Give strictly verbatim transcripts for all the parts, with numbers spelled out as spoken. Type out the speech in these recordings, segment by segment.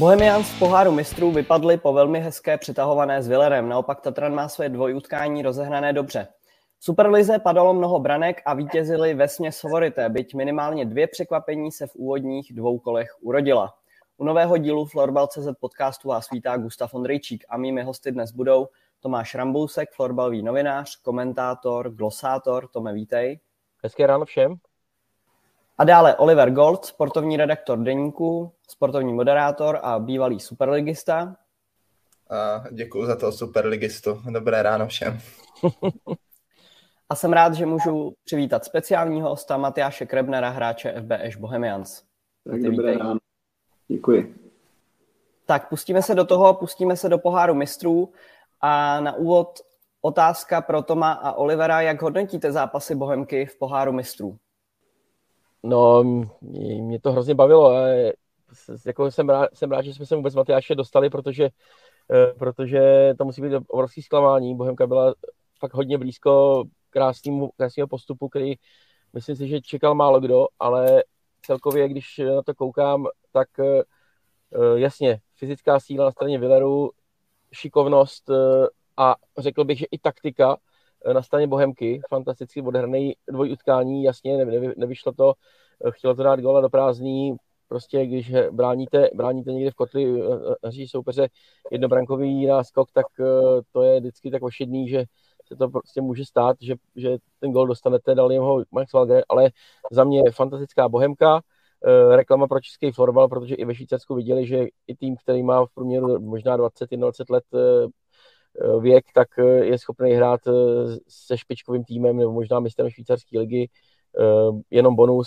Bohemians v poháru mistrů vypadli po velmi hezké přetahované s Villarem, naopak Tatran má své dvojutkání rozehnané dobře. V Superlize padalo mnoho branek a vítězili vesměs favorité, byť minimálně dvě překvapení se v úvodních dvou kolech urodila. U nového dílu Florbal tečka cé zet podcastu vás vítá Gustav Ondrejčík a mými hosty dnes budou Tomáš Rambousek, florbalový novinář, komentátor, glosátor. Tome, vítej. Hezké ráno všem. A dále Oliver Gold, sportovní redaktor Deníku, sportovní moderátor a bývalý superligista. A děkuji za toho superligistu. Dobré ráno všem. A jsem rád, že můžu přivítat speciálního hosta Matyáše Krebnera, hráče F B Š Bohemians. Tak dobré ráno. Děkuji. Tak pustíme se do toho, pustíme se do poháru mistrů a na úvod otázka pro Toma a Olivera. Jak hodnotíte zápasy Bohemky v poháru mistrů? No, mě to hrozně bavilo. Jako jsem, rád, jsem rád, že jsme se vůbec Matyáše dostali, protože, protože to musí být obrovský zklamání. Bohemka byla fakt hodně blízko krásnému, krásného postupu, který myslím si, že čekal málo kdo, ale celkově, když na to koukám, tak jasně, fyzická síla na straně Villaru, šikovnost a řekl bych, že i taktika na straně Bohemky, fantasticky odehraný dvojutkání, jasně, nevy, nevyšlo to, chtělo to dát góla do prázdný, prostě když bráníte, bráníte někde v kotli naší soupeře jednobrankový náskok, tak to je vždycky tak ošidný, že se to prostě může stát, že, že ten gól dostanete, dal jeho Max Walger, ale za mě fantastická Bohemka, reklama pro český florbal, protože i ve Švýcarsku viděli, že i tým, který má v průměru možná dvacet dvacet let věk, tak je schopný hrát se špičkovým týmem nebo možná mistrem švýcarské ligy. Jenom bonus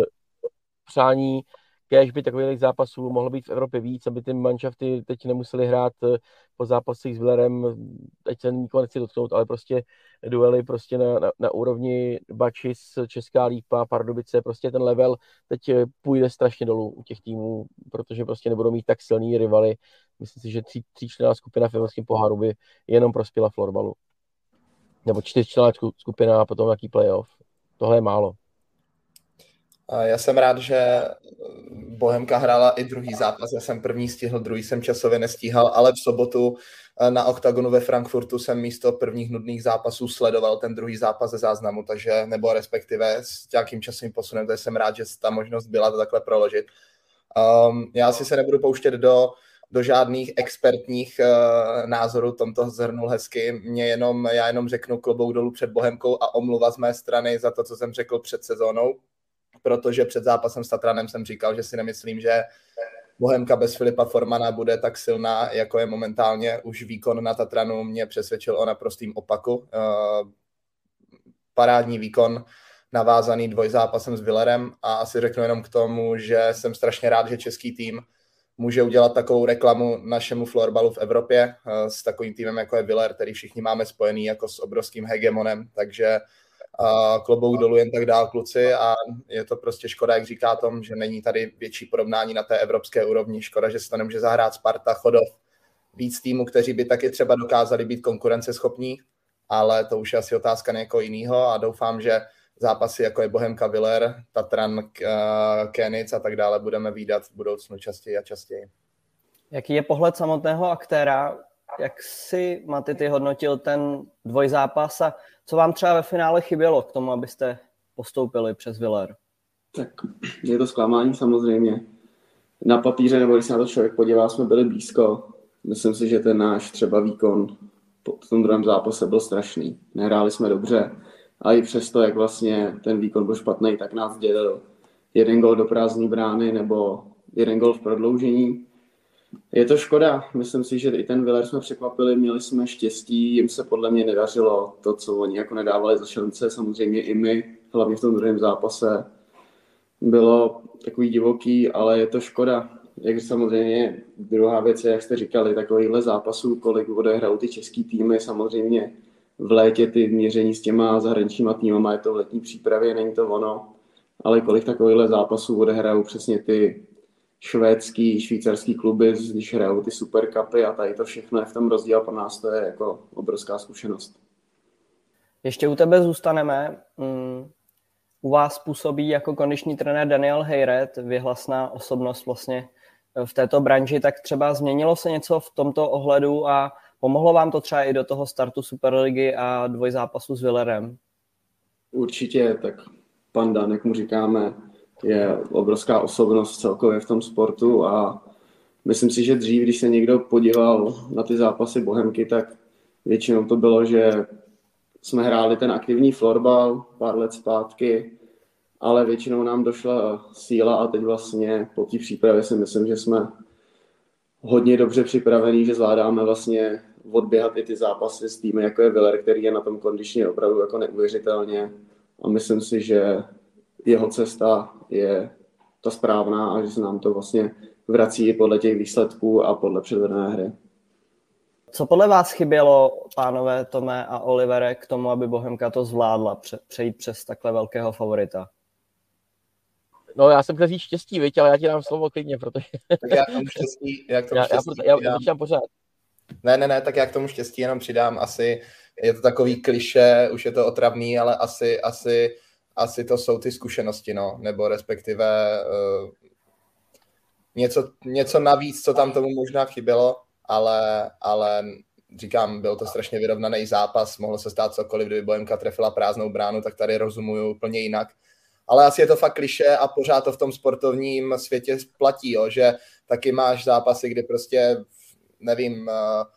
přání, kéž by takových zápasů mohlo být v Evropě víc, aby ty manšafty teď nemuseli hrát po zápasech s Villarem, teď se nikoho nechci dotknout, ale prostě duely prostě na, na, na úrovni Bačis, Česká Lípa, Pardubice, prostě ten level teď půjde strašně dolů u těch týmů, protože prostě nebudou mít tak silný rivaly. Myslím si, že tří, tříčlenná skupina v evropském poháru by jenom prospěla florbalu. Nebo čtyřčlenná skupina a potom nějaký playoff. Tohle je málo. Já jsem rád, že Bohemka hrála i druhý zápas. Já jsem první stihl, druhý jsem časově nestíhal, ale v sobotu na Oktagonu ve Frankfurtu jsem místo prvních nudných zápasů sledoval ten druhý zápas ze záznamu, takže nebo respektive s nějakým časovým posunem, takže jsem rád, že ta možnost byla to takhle proložit. Um, já si se nebudu pouštět do, do žádných expertních uh, názorů, Tom to zhrnul hezky. Mě jenom, já jenom řeknu klobouk dolů před Bohemkou a omluva z mé strany za to, co jsem řekl před sezónou, protože před zápasem s Tatranem jsem říkal, že si nemyslím, že Bohemka bez Filipa Formana bude tak silná, jako je momentálně. Už výkon na Tatranu mě přesvědčil o naprostým opaku. Parádní výkon, navázaný dvojzápasem s Villarem a asi řeknu jenom k tomu, že jsem strašně rád, že český tým může udělat takovou reklamu našemu florbalu v Evropě s takovým týmem, jako je Villar, který všichni máme spojený jako s obrovským hegemonem, takže Uh, klobouk dolů jen tak dál, kluci, a je to prostě škoda, jak říká Tom, že není tady větší porovnání na té evropské úrovni. Škoda, že se to nemůže zahrát Sparta, Chodov, víc týmů, kteří by taky třeba dokázali být konkurenceschopní, ale to už je asi otázka někoho jiného a doufám, že zápasy jako je Bohemka, Villar, Tatran, uh, Kénic a tak dále budeme vídat v budoucnu častěji a častěji. Jaký je pohled samotného aktéra? Jak si, Maty, ty hodnotil ten dvojzápas a co vám třeba ve finále chybělo k tomu, abyste postoupili přes Villar? Tak je to zklamání samozřejmě. Na papíře, nebo když se na to člověk podívá, jsme byli blízko. Myslím si, že ten náš třeba výkon v tom druhém zápase byl strašný. Nehráli jsme dobře a i přesto, jak vlastně ten výkon byl špatný, tak nás dělil jeden gól do prázdné brány nebo jeden gól v prodloužení. Je to škoda. Myslím si, že i ten Villar jsme překvapili, měli jsme štěstí, jim se podle mě nedařilo to, co oni jako nedávali za šance, samozřejmě i my, hlavně v tom druhém zápase. Bylo takový divoký, ale je to škoda. Jak samozřejmě druhá věc je, jak jste říkali, takovýchhle zápasů, kolik odehrajou ty český týmy, samozřejmě v létě ty měření s těma zahraničníma týmama, je to v letní přípravě, není to ono, ale kolik takovýchhle zápasů odehrajou přesně ty švédský, švýcarský kluby, když hrajou ty supercupy a tady to všechno je v tom rozdíl, pro nás to je jako obrovská zkušenost. Ještě u tebe zůstaneme. Mm, u vás působí jako kondiční trenér Daniel Hejret, věhlasná osobnost vlastně v této branži, tak třeba změnilo se něco v tomto ohledu a pomohlo vám to třeba i do toho startu Superligy a dvojzápasu s Villerem? Určitě, tak pan Dan, jak mu říkáme, je obrovská osobnost celkově v tom sportu a myslím si, že dřív, když se někdo podíval na ty zápasy Bohemky, tak většinou to bylo, že jsme hráli ten aktivní florbal pár let zpátky, ale většinou nám došla síla a teď vlastně po té přípravě si myslím, že jsme hodně dobře připravení, že zvládáme vlastně odběhat i ty zápasy s týmy, jako je Viller, který je na tom kondičně opravdu jako neuvěřitelně a myslím si, že jeho cesta je ta správná a že se nám to vlastně vrací i podle těch výsledků a podle předvedené hry. Co podle vás chybělo, pánové Tome a Olivere, k tomu, aby Bohemka to zvládla přejít přes takhle velkého favorita? No, já jsem chtěl říct štěstí, viď, ale já ti dám slovo klidně, protože... Tak já k tomu štěstí, já k tomu já, štěstí já, já, já pořád. Ne, ne, ne, tak já k tomu štěstí jenom přidám asi, je to takový klišé, už je to otravný, ale asi, asi, asi to jsou ty zkušenosti, no, nebo respektive uh, něco, něco navíc, co tam tomu možná chybělo, ale, ale říkám, byl to strašně vyrovnaný zápas, mohlo se stát cokoliv, kdyby Bohemka trefila prázdnou bránu, tak tady rozumuju úplně jinak. Ale asi je to fakt klišé a pořád to v tom sportovním světě platí, jo, že taky máš zápasy, kdy prostě, nevím,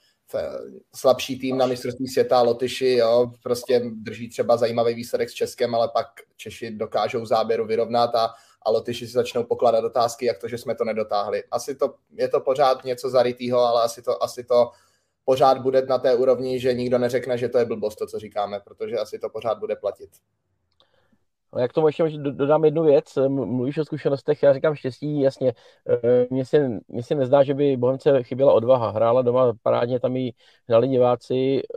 slabší tým na mistrovství světa, Lotyši, jo, prostě drží třeba zajímavý výsledek s Českem, ale pak Češi dokážou záběru vyrovnat a, a Lotyši si začnou pokládat otázky, jak to, že jsme to nedotáhli. Asi to, je to pořád něco zarytýho, ale asi to, asi to pořád bude na té úrovni, že nikdo neřekne, že to je blbost, to, co říkáme, protože asi to pořád bude platit. Ale jak tomu ještě dodám jednu věc, mluvíš o zkušenostech, já říkám štěstí, jasně, mně se, mně se nezdá, že by Bohemce chyběla odvaha, hrála doma parádně, tam i hnali diváci,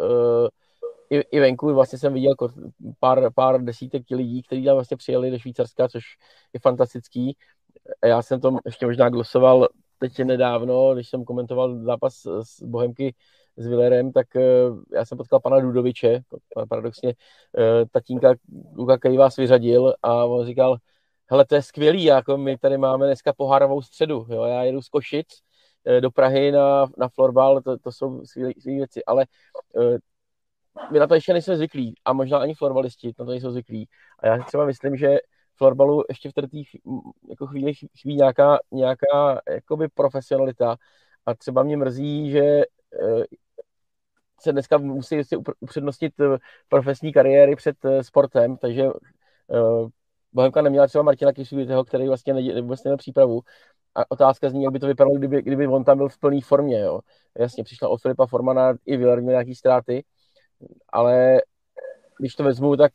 i, i venku, vlastně jsem viděl pár, pár desítek lidí, kteří tam vlastně přijeli do Švýcarska, což je fantastický. A já jsem to ještě možná glosoval teď nedávno, když jsem komentoval zápas z Bohemky s Villerem, tak já jsem potkal pana Dudoviče, paradoxně tatínka Luka, který vás vyřadil a on říkal, hele, to je skvělý, jako my tady máme dneska pohárovou středu, jo? Já jedu z Košic do Prahy na, na florbal, to, to jsou skvělé věci, ale my na to ještě nejsme zvyklí a možná ani florbalisti na to nejsou zvyklí. A já si třeba myslím, že florbalu ještě v té jako chvíli chybí nějaká, nějaká jakoby profesionalita a třeba mě mrzí, že se dneska musí si upřednostnit profesní kariéry před sportem, takže Bohemka neměla třeba Martina Kysuitého, který vlastně vůbec neměl přípravu. A otázka zní, jak by to vypadalo, kdyby, kdyby on tam byl v plné formě. Jo. Jasně, přišla od Filipa Formana, i Viller měl nějaký ztráty, ale když to vezmu, tak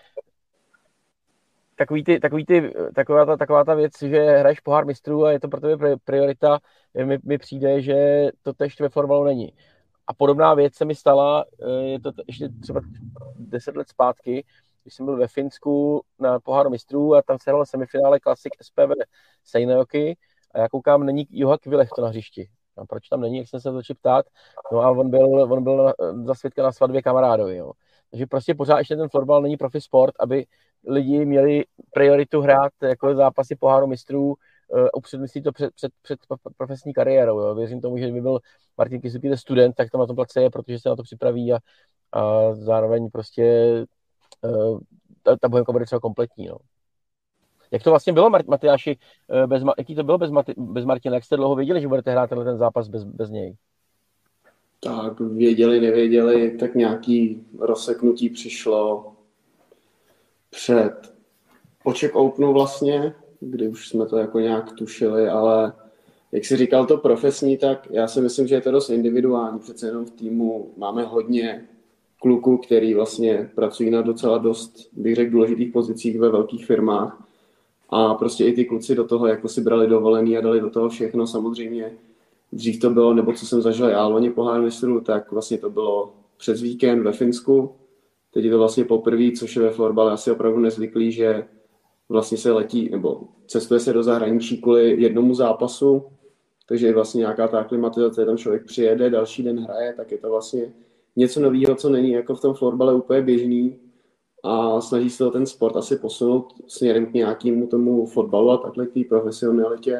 takový ty, takový ty, taková, ta, taková ta věc, že hraješ pohár mistrů a je to pro tebe priorita, mi, mi přijde, že to tež ve florbalu není. A podobná věc se mi stala, je to ještě třeba deset let zpátky, když jsem byl ve Finsku na poháru mistrů a tam se hrál semifinále Classic S P V Seinäjoki a já koukám, není Juha Kvilech to na hřišti. A proč tam není, jak jsem se začal ptát, no a on byl, on byl na, za svědka na svatbě kamarádovi. Jo. Takže prostě pořád ještě ten florbal není profi sport, aby lidi měli prioritu hrát jako zápasy poháru mistrů, uh, upřednostnit to před, před, před profesní kariérou. Jo. Věřím tomu, že kdyby byl Martin Kysuki student, tak tam na tom place je, protože se na to připraví a, a zároveň prostě uh, ta, ta Bohemka bude třeba kompletní. No. Jak to vlastně bylo, Matyáši, bez, jaký to bylo bez, Mati, bez Martina? Jak jste dlouho věděli, že budete hrát ten zápas bez, bez něj? Tak věděli, nevěděli, tak nějaký rozseknutí přišlo před Poček Openu vlastně, kdy už jsme to jako nějak tušili, ale jak jsi říkal to profesní, tak já si myslím, že je to dost individuální. Přece jenom v týmu máme hodně kluků, který vlastně pracují na docela dost, bych řekl, důležitých pozicích ve velkých firmách. A prostě i ty kluci do toho jako si brali dovolený a dali do toho všechno. Samozřejmě dřív to bylo, nebo co jsem zažil já loni pohár mistrů, tak vlastně to bylo přes víkend ve Finsku. Teď je to vlastně poprvé, což je ve florbale asi opravdu nezvyklý, že vlastně se letí, nebo cestuje se do zahraničí kvůli jednomu zápasu, takže je vlastně nějaká ta aklimatizace, tam člověk přijede, další den hraje, tak je to vlastně něco nového, co není jako v tom florbale úplně běžný a snaží se to ten sport asi posunout směrem k nějakému tomu fotbalu a takhle k té profesionalitě.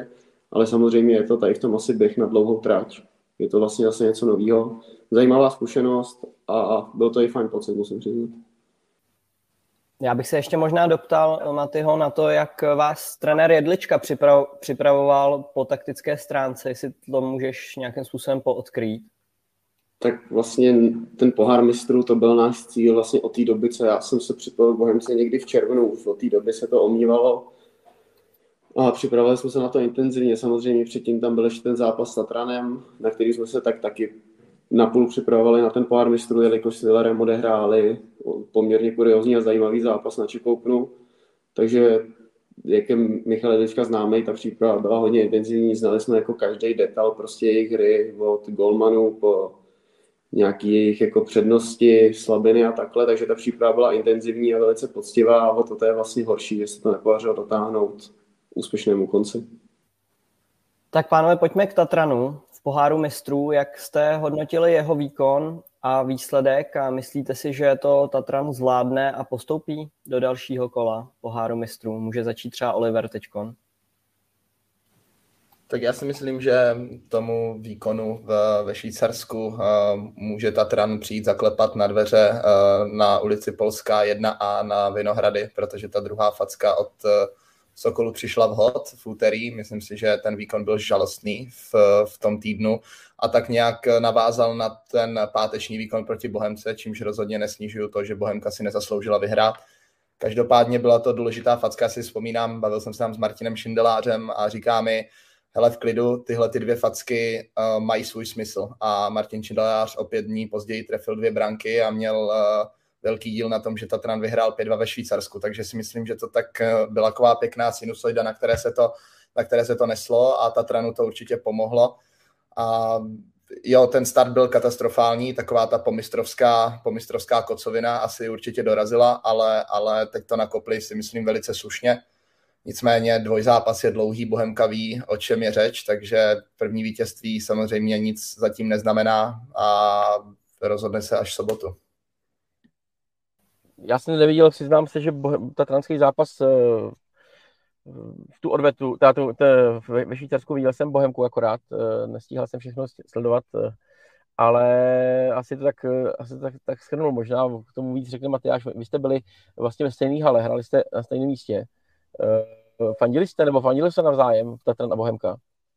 ale samozřejmě je to tady v tom asi běh na dlouhou trať. Je to vlastně zase něco nového. Zajímavá zkušenost a byl to i fajn pocit, musím přiznat. Já bych se ještě možná doptal, Matyho, na to, jak vás trenér Jedlička připrav, připravoval po taktické stránce, jestli to můžeš nějakým způsobem poodkrýt. Tak vlastně ten pohár mistrů, to byl náš cíl vlastně od té doby, co já jsem se připravil v Bohemce někdy v červnu, už od té doby se to omývalo a připravili jsme se na to intenzivně. Samozřejmě předtím tam byl ještě ten zápas s Tatranem, na který jsme se tak taky napůl připravovali na ten pohár mistrů, jelikož s Villarem odehráli poměrně kuriózní a zajímavý zápas na Čikoupnu. Takže jak je Michal Jedlička známý, ta příprava byla hodně intenzivní, znali jsme jako každý detail prostě jejich hry, od golmanů po nějaký jejich jako přednosti, slabiny a takhle, takže ta příprava byla intenzivní a velice poctivá a o to, to je vlastně horší, že se to nepodařilo dotáhnout úspěšnému konci. Tak pánové, pojďme k Tatranu v poháru mistrů. Jak jste hodnotili jeho výkon a výsledek a myslíte si, že to Tatran zvládne a postoupí do dalšího kola poháru mistrů? Může začít třeba Oliver teďkon. Tak já si myslím, že tomu výkonu v, ve Švýcarsku uh, může Tatran přijít zaklepat na dveře uh, na ulici Polská jedna A na Vinohrady, protože ta druhá facka od uh, Sokolu přišla vhod v úterý. Myslím si, že ten výkon byl žalostný v, v tom týdnu a tak nějak navázal na ten páteční výkon proti Bohemce, čímž rozhodně nesnižuju to, že Bohemka si nezasloužila vyhrát. Každopádně byla to důležitá facka, si vzpomínám, bavil jsem se tam s Martinem Šindelářem a říká mi, hele, v klidu, tyhle ty dvě facky uh, mají svůj smysl. A Martin Šindelář o pět dní později trefil dvě branky a měl uh, velký díl na tom, že Tatran vyhrál pět dva ve Švýcarsku. Takže si myslím, že to tak uh, byla taková pěkná sinusoida, na které se to, na které se to neslo a Tatranu to určitě pomohlo. A jo, ten start byl katastrofální, taková ta pomistrovská, pomistrovská kocovina asi určitě dorazila, ale, ale teď to nakopli si myslím velice slušně. Nicméně dvojzápas je dlouhý, Bohemka ví, o čem je řeč, takže první vítězství samozřejmě nic zatím neznamená a rozhodne se až v sobotu. Já jsem neviděl, přiznám se, že tatranský zápas v tu odvetu, tátu, ve Švýcarsku viděl jsem Bohemku akorát, nestíhal jsem všechno sledovat, ale asi to tak, asi to tak, tak shrnul. Možná k tomu víc řekne Matyáš. Vy jste byli vlastně ve stejné hale, hráli jste na stejném místě. Fandili jste nebo fandili jste navzájem Tatran a Bohemka?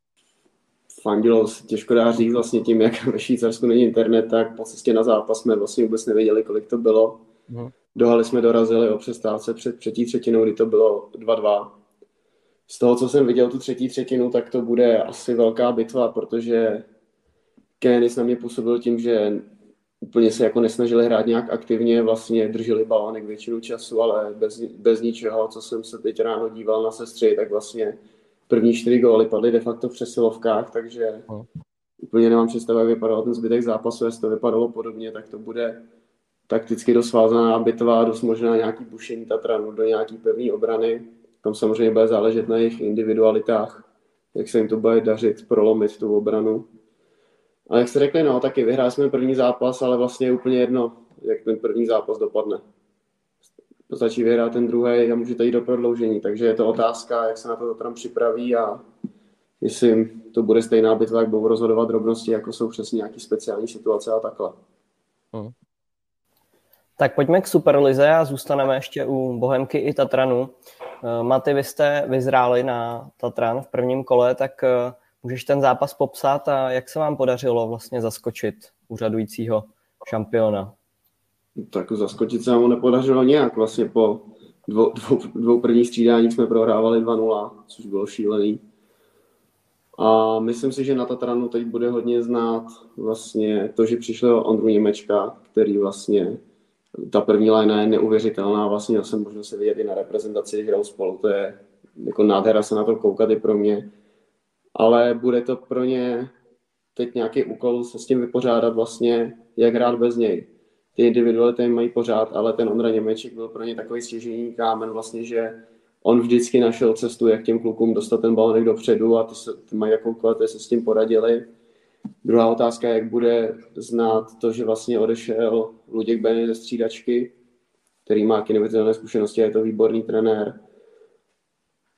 Fandilo se, těžko dá říct vlastně tím, jak ve Švýcarsku není internet, tak po cestě na zápas jsme vlastně vůbec nevěděli, kolik to bylo. Hmm. Do haly jsme dorazili o přestávce před třetí třetinou, kdy to bylo dva dva. Z toho, co jsem viděl tu třetí třetinu, tak to bude asi velká bitva, protože Kénis na mě působil tím, že úplně se jako nesnažili hrát nějak aktivně, vlastně drželi balónek většinu času, ale bez, bez ničeho, co jsem se teď ráno díval na sestři, tak vlastně první čtyři góly padly de facto v přesilovkách, takže hmm. úplně nemám představu, jak vypadal ten zbytek zápasu, jestli to vypadalo podobně, tak to bude takticky dost vázaná bitva, dost možná nějaký bušení Tatranu do nějaký pevné obrany. Tam samozřejmě bude záležet na jejich individualitách, jak se jim to bude dařit prolomit tu obranu. A jak jste řekli, no, taky vyhráli jsme první zápas, ale vlastně je úplně jedno, jak ten první zápas dopadne. Stačí vyhrát ten druhý a můžete jít do prodloužení, takže je to otázka, jak se na to Tatran připraví a jestli to bude stejná bitva, jak budou rozhodovat drobnosti, jako jsou přesně nějaké speciální situace a takhle. Hmm. Tak pojďme k Superlize a zůstaneme ještě u Bohemky i Tatranu. Maty, vy jste vyzráli na Tatran v prvním kole, tak můžeš ten zápas popsat a jak se vám podařilo vlastně zaskočit úřadujícího šampiona? Tak zaskočit se nám nepodařilo nějak. Vlastně po dvou, dvou, dvou prvních střídáních jsme prohrávali dva nula, což bylo šílený. A myslím si, že na Tatranu teď bude hodně znát vlastně to, že přišel Ondru Němečka, který vlastně ta první line je neuvěřitelná. Vlastně já jsem možná se vidět i na reprezentaci, když hrajou spolu. To je jako nádhera se na to koukat i pro mě. Ale bude to pro ně teď nějaký úkol se s tím vypořádat vlastně, jak hrát bez něj. Ty individuality mají pořád, ale ten Ondra Němeček byl pro ně takový stěžejní kámen vlastně, že on vždycky našel cestu, jak těm klukům dostat ten balonek dopředu a ty, se, ty mají jakoukoliv, ty se s tím poradili. Druhá otázka, jak bude znát to, že vlastně odešel Luděk Beny ze střídačky, který má neuvěřitelné zkušenosti a je to výborný trenér.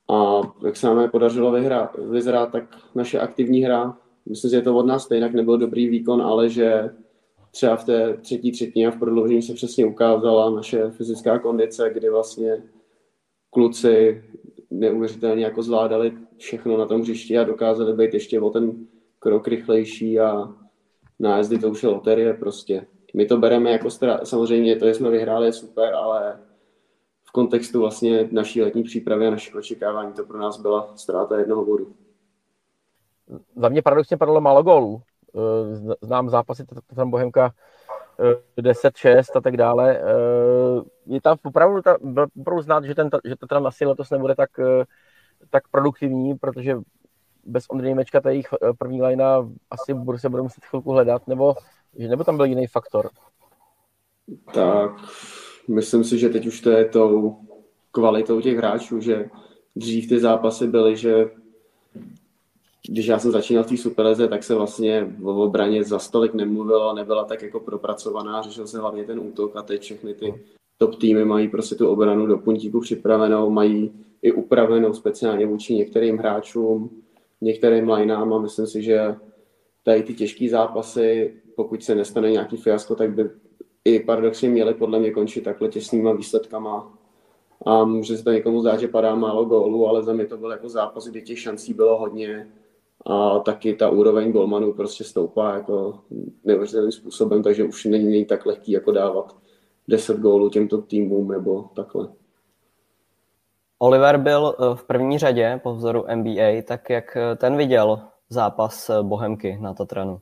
A jak se nám je podařilo vyhrát, vyzrát, tak naše aktivní hra, myslím, že je to od nás stejnak nebyl dobrý výkon, ale že třeba v té třetí třetině a v prodloužení se přesně ukázala naše fyzická kondice, kdy vlastně kluci neuvěřitelně jako zvládali všechno na tom hřišti a dokázali být ještě o ten krok rychlejší a nájezdy to už je loterie prostě. My to bereme jako stra... samozřejmě to, že jsme vyhráli, je super, ale v kontextu vlastně naší letní přípravy a našich očekávání to pro nás byla ztráta jednoho bodu. Za mě paradoxně padlo málo gólů. Znám zápasy tam Bohemka deset šest a tak dále. Je tam opravdu, byl opravdu znát, že ten, že to tam asi letos nebude tak, tak produktivní, protože bez Ondřeje Němečka ta jejich první linea asi se bude muset chvilku hledat, nebo, nebo tam byl jiný faktor? Tak myslím si, že teď už to je tou kvalitou těch hráčů, že dřív ty zápasy byly, že když já jsem začínal v té Superlize, tak se vlastně o obraně za stolik nemluvilo, nebyla tak jako propracovaná, řešil se hlavně ten útok a teď všechny ty top týmy mají prostě tu obranu do puntíku připravenou, mají i upravenou speciálně vůči některým hráčům, některým lineám a myslím si, že tady ty těžké zápasy, pokud se nestane nějaký fiasko, tak by i paradoxně měly podle mě končit takhle těsnýma výsledkama. A může se to někomu zdát, že padá málo gólů, ale za mě to byl jako zápas, kdy těch šancí bylo hodně a taky ta úroveň golmanů prostě stoupá jako neuvěřitelným způsobem, takže už není, není tak lehký jako dávat deset gólů těmto týmům nebo takhle. Oliver byl v první řadě po vzoru N B A, tak jak ten viděl zápas Bohemky na Tatranu?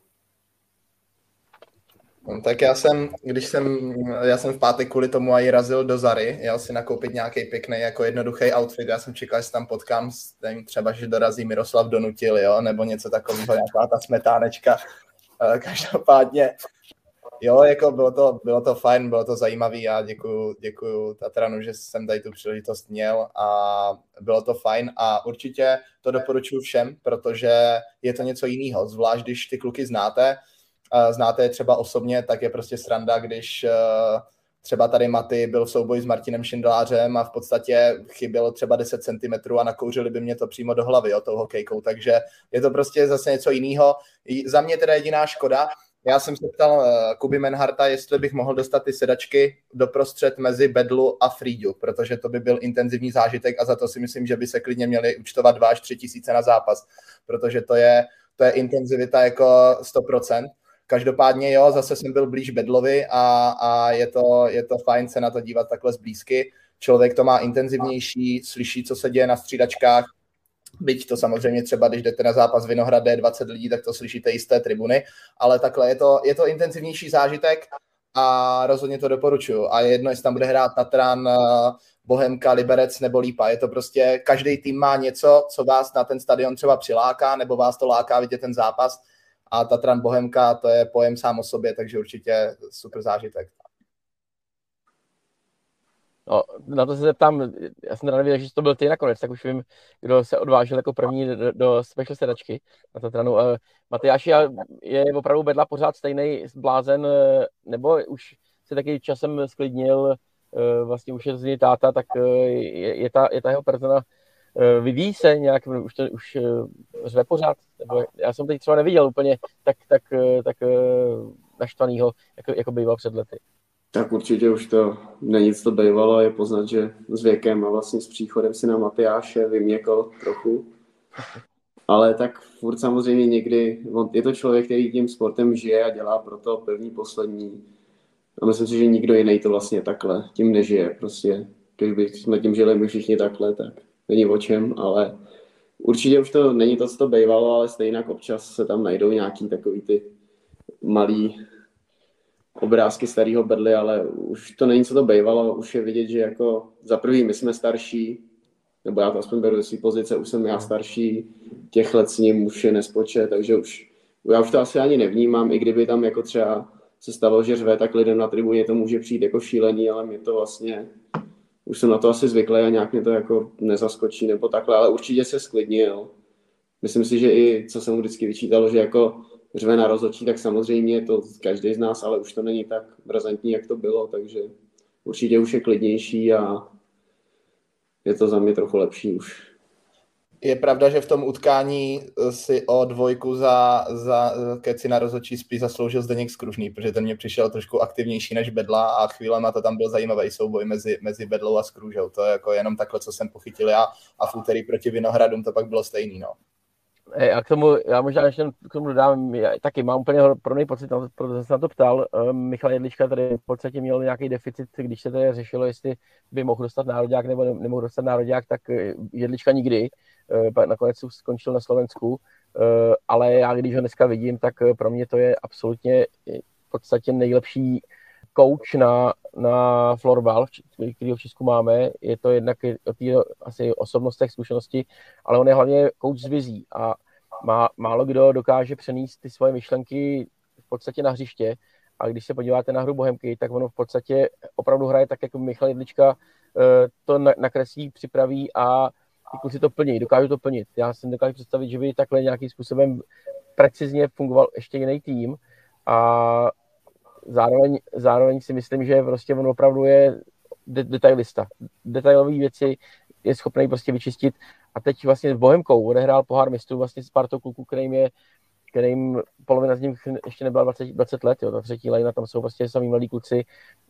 No, tak já jsem, když jsem, já jsem v pátek kvůli tomu i razil do Zary, jel si nakoupit nějaký pěkný, jako jednoduchý outfit, já jsem čekal, že se tam potkám s tím, třeba, že dorazí Miroslav Donutil, jo, nebo něco takového, nějaká ta smetánečka, každopádně, jo, jako bylo to, bylo to fajn, bylo to zajímavý a děkuju, děkuju Tatranu, že jsem tady tu příležitost měl a bylo to fajn a určitě to doporučuji všem, protože je to něco jiného, zvlášť když ty kluky znáte, znáte je třeba osobně, tak je prostě sranda, když třeba tady Maty byl v souboji s Martinem Šindelářem a v podstatě chybělo třeba deset centimetrů a nakouřili by mě to přímo do hlavy, jo, tou hokejkou, takže je to prostě zase něco jiného. Za mě teda jediná škoda, já jsem se ptal Kuby Menharta, jestli bych mohl dostat ty sedačky doprostřed mezi Bedlu a Frýďu, protože to by byl intenzivní zážitek a za to si myslím, že by se klidně měli účtovat dva až tři tisíce na zápas, protože to je, to je intenzivita jako sto procent. Každopádně jo, zase jsem byl blíž Bedlovi a, a je, to, je to fajn se na to dívat takhle zblízky. Člověk to má intenzivnější, slyší, co se děje na střídačkách, byť to samozřejmě třeba, když jdete na zápas Vinohrad, D dvacet lidí, tak to slyšíte i z té tribuny, ale takhle je to, je to intenzivnější zážitek a rozhodně to doporučuju. A je jedno, jestli tam bude hrát Tatran, Bohemka, Liberec nebo Lípa. Je to prostě, každý tým má něco, co vás na ten stadion třeba přiláká, nebo vás to láká vidět ten zápas. A Tatran Bohemka, to je pojem sám o sobě, takže určitě super zážitek. No, na to se zeptám, já jsem teda nevěděl, že to byl ty nakonec, tak už vím, kdo se odvážil jako první do, do special sedačky na Tatranu. Matyáši, je opravdu Bedla pořád stejný blázen, nebo už se taky časem sklidnil, vlastně už je z něj táta, tak je, je, ta, je ta jeho persona, vyvíjí se nějak, už, to, už řve pořád, nebo já jsem teď třeba neviděl úplně tak, tak, tak naštvanýho, jako, jako býval před lety. Tak určitě už to není, co to bývalo, je poznat, že s věkem a vlastně s příchodem si na Matyáše vyměkl trochu. Ale tak furt samozřejmě někdy, je to člověk, který tím sportem žije a dělá pro to první, poslední. A myslím si, že nikdo jiný to vlastně takhle tím nežije. Prostě, když jsme tím žili my všichni takhle, tak není o čem, ale určitě už to není to, co to bývalo, ale stejně občas se tam najdou nějaký takový ty malý obrázky starého Bedly, ale už to není, co to bývalo, už je vidět, že jako za prvý my jsme starší, nebo já to aspoň beru ze své pozice, už jsem já starší, těch let s ním už je nespočet, takže už, já už to asi ani nevnímám, i kdyby tam jako třeba se stalo, že řve, tak lidem na tribuně to může přijít jako šílení, ale mě to vlastně, už jsem na to asi zvyklý a nějak mě to jako nezaskočí nebo takhle, ale určitě se sklidnil. Myslím si, že i, co jsem mu vždycky vyčítalo, že jako řve na rozhodčí, tak samozřejmě to každý z nás, ale už to není tak razantní, jak to bylo, takže určitě už je klidnější a je to za mě trochu lepší už. Je pravda, že v tom utkání si o dvojku za, za keci na rozhodčí spíš zasloužil Zdeněk Skružný, protože ten mě přišel trošku aktivnější než Bedla a chvílema to tam byl zajímavý souboj mezi, mezi Bedlou a Skružou. To je jako jenom takhle, co jsem pochytil já a v úterý proti Vinohradům to pak bylo stejný. No. A k tomu, já možná ještě k tomu dodám, já taky mám úplně podobný pocit, protože jsem se na to ptal. Michal Jedlička tady v podstatě měl nějaký deficit, když se tady řešilo, jestli by mohl dostat nároďák nebo nemohl dostat nároďák, tak Jedlička nikdy. Nakonec skončil na Slovensku, ale já když ho dneska vidím, tak pro mě to je absolutně v podstatě nejlepší coach na, na florbal, který v Česku máme. Je to jednak o té asi osobnostech, zkušenosti, ale on je hlavně coach z vizí a má, málo kdo dokáže přenést ty svoje myšlenky v podstatě na hřiště. A když se podíváte na hru Bohemky, tak ono v podstatě opravdu hraje tak, jako Michal Jedlička to nakreslí, připraví a ty kluci to plní, dokážu to plnit. Já si dokážu představit, že by takhle nějakým způsobem precizně fungoval ještě jiný tým a zároveň, zároveň si myslím, že prostě on opravdu je de- detailista. Detailové věci je schopný prostě vyčistit a teď vlastně s Bohemkou odehrál pohár mistrů vlastně s partou kluků, kterým je kterým polovina z nich ještě nebyla dvacet, dvacet let, jo, ta třetí lajna, tam jsou prostě samý mladí kluci.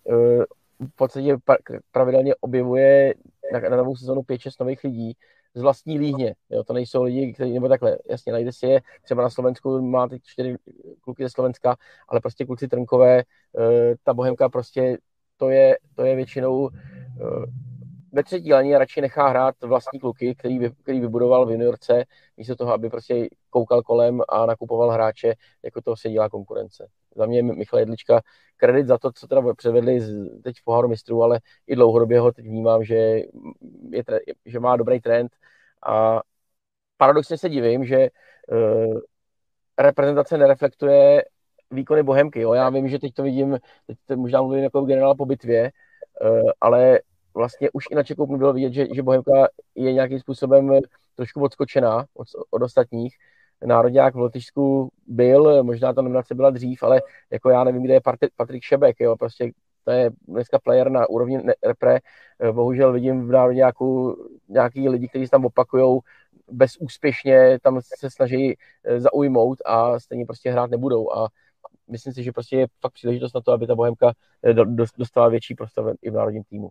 V podstatě pravidelně objevuje na, na novou sezonu pět šest nových lidí z vlastní líhně. Jo, to nejsou lidi, kteří, nebo takhle, jasně, najde si je, třeba na Slovensku má ty čtyři kluky ze Slovenska, ale prostě kluci Trnkové, ta Bohemka prostě, to je, to je většinou ve třetí lajně radši nechá hrát vlastní kluky, který, který vybudoval v juniorce, místo toho, aby prostě koukal kolem a nakupoval hráče, jako to se dělá konkurence. Za mě Michal Jedlička kredit za to, co teda předvedli teď v poháru mistrů, ale i dlouhodobě ho teď vnímám, že, je, že má dobrý trend a paradoxně se divím, že uh, reprezentace nereflektuje výkony Bohemky. Jo? Já vím, že teď to vidím, teď to možná mluvím jako generál po bitvě, uh, ale vlastně už i na Čekoupnu bylo vidět, že, že Bohemka je nějakým způsobem trošku odskočená od, od ostatních. Nároďák v Lotyšsku byl, možná ta nominace byla dřív, ale jako já nevím, kde je Patrik Šebek, jo, prostě to je dneska player na úrovni repre. Bohužel vidím v Nároďáku nějaký lidi, kteří se tam opakujou bezúspěšně, tam se snaží zaujmout a stejně prostě hrát nebudou a myslím si, že prostě je fakt příležitost na to, aby ta Bohemka dostala větší prostor i v národním týmu.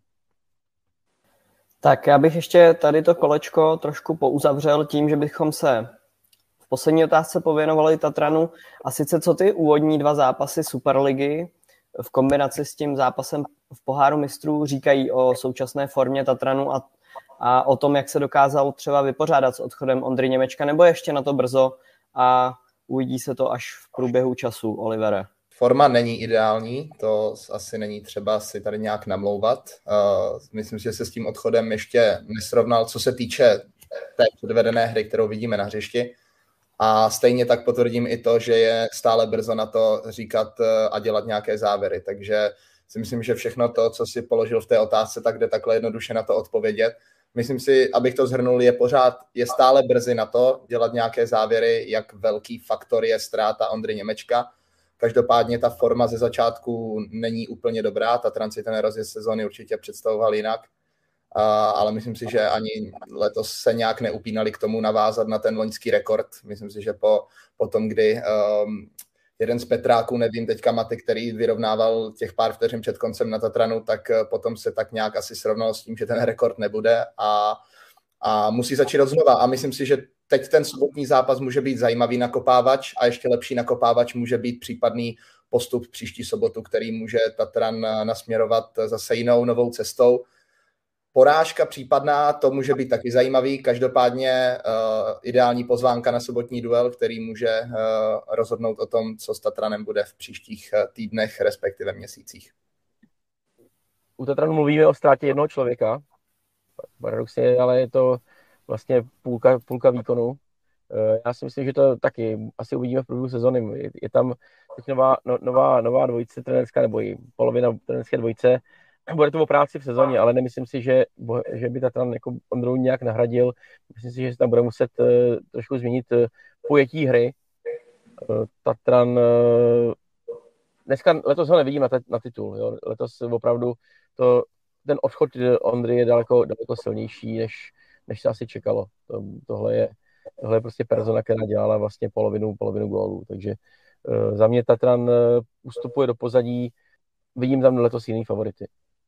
Tak já bych ještě tady to kolečko trošku pouzavřel tím, že bychom se v poslední otázce pověnovali Tatranu a sice co ty úvodní dva zápasy Superligy v kombinaci s tím zápasem v poháru mistrů říkají o současné formě Tatranu a, a o tom, jak se dokázal třeba vypořádat s odchodem Ondry Němečka, nebo ještě na to brzo a uvidí se to až v průběhu času, Olivere? Forma není ideální, to asi není třeba si tady nějak namlouvat. Uh, myslím si, že se s tím odchodem ještě nesrovnal, co se týče té předvedené hry, kterou vidíme na hřišti. A stejně tak potvrdím i to, že je stále brzo na to říkat a dělat nějaké závěry. Takže si myslím, že všechno to, co si položil v té otázce, tak jde takhle jednoduše na to odpovědět. Myslím si, abych to shrnul, je pořád, je stále brzy na to dělat nějaké závěry, jak velký faktor je ztráta Ondry Němečka. Každopádně ta forma ze začátku není úplně dobrá, ta transi ten rozjezd sezóny určitě představoval jinak, a, ale myslím si, že ani letos se nějak neupínali k tomu navázat na ten loňský rekord. Myslím si, že po, po tom, kdy um, jeden z Petráků, nevím teďka Maty, který vyrovnával těch pár vteřin před koncem na Tatranu, tak potom se tak nějak asi srovnal s tím, že ten rekord nebude a, a musí začít od znova. A myslím si, že teď ten sobotní zápas může být zajímavý nakopávač a ještě lepší nakopávač může být případný postup příští sobotu, který může Tatran nasměrovat zase jinou novou cestou. Porážka případná, to může být taky zajímavý. Každopádně uh, ideální pozvánka na sobotní duel, který může uh, rozhodnout o tom, co s Tatranem bude v příštích týdnech, respektive měsících. U Tatranu mluvíme o ztrátě jednoho člověka. Paradoxně, ale je to vlastně půlka, půlka výkonu. Já si myslím, že to taky asi uvidíme v průběhu sezony. Je, je tam teď nová, no, nová, nová dvojice trenerská, nebo i polovina trenerské dvojice. Bude to o práci v sezóně, ale nemyslím si, že, že by Tatran jako Ondru nějak nahradil. Myslím si, že se tam bude muset uh, trošku změnit uh, pojetí hry. Uh, Tatran uh, dneska, letos ho nevidím na, t- na titul. Jo. Letos opravdu to, ten odchod Ondry je daleko, daleko silnější než než se asi čekalo. To, tohle, je, tohle je prostě persona, která dělala vlastně polovinu, polovinu gólů, takže uh, za mě Tatran uh, ustupuje do pozadí, vidím tam letos jiný favority.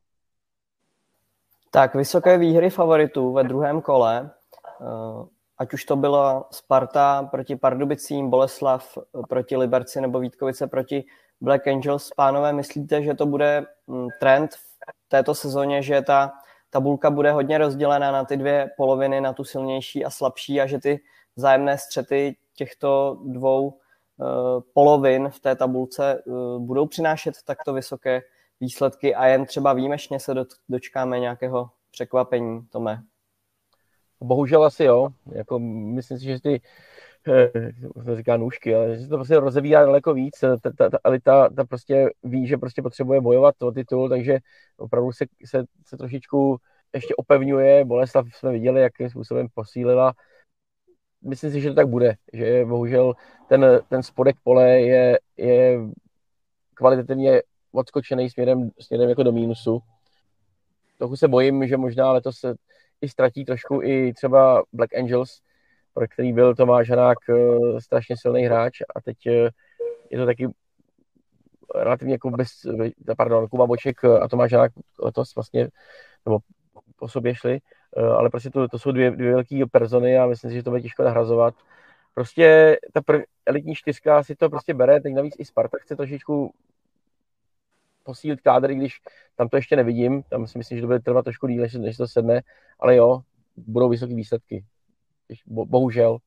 Tak, vysoké výhry favoritů ve druhém kole, ať už to byla Sparta proti Pardubicím, Boleslav proti Liberci nebo Vítkovice proti Black Angels. Pánové, myslíte, že to bude trend v této sezóně, že ta tabulka bude hodně rozdělená na ty dvě poloviny, na tu silnější a slabší a že ty vzájemné střety těchto dvou polovin v té tabulce budou přinášet takto vysoké výsledky a jen třeba výjimečně se dočkáme nějakého překvapení, Tome? Bohužel asi jo. Jako, myslím si, že ty to říká nůžky, ale že se to prostě rozevírá daleko víc. Ta, ta, ta elita ta prostě ví, že prostě potřebuje bojovat o titul, takže opravdu se, se, se trošičku ještě opevňuje. Boleslav jsme viděli, jakým způsobem posílila. Myslím si, že to tak bude, že bohužel ten, ten spodek pole je, je kvalitativně odskočený směrem, směrem jako do mínusu. Trochu se bojím, že možná letos se i ztratí trošku i třeba Black Angels, pro který byl Tomáš Hanák strašně silný hráč a teď je to taky relativně jako bez, pardon, Kuba Boček a Tomáš Hanák letos vlastně nebo po sobě šli, ale prostě to, to jsou dvě, dvě velké persony a myslím si, že to bude těžko nahrazovat. Prostě ta prv, elitní čtyřka si to prostě bere, teď navíc i Sparta chce trošičku posílit kádr, i když tam to ještě nevidím, tam si myslím, že to bude trvat trošku díl, než, než to sedne, ale jo, budou vysoké výsledky. Bo, bohužel.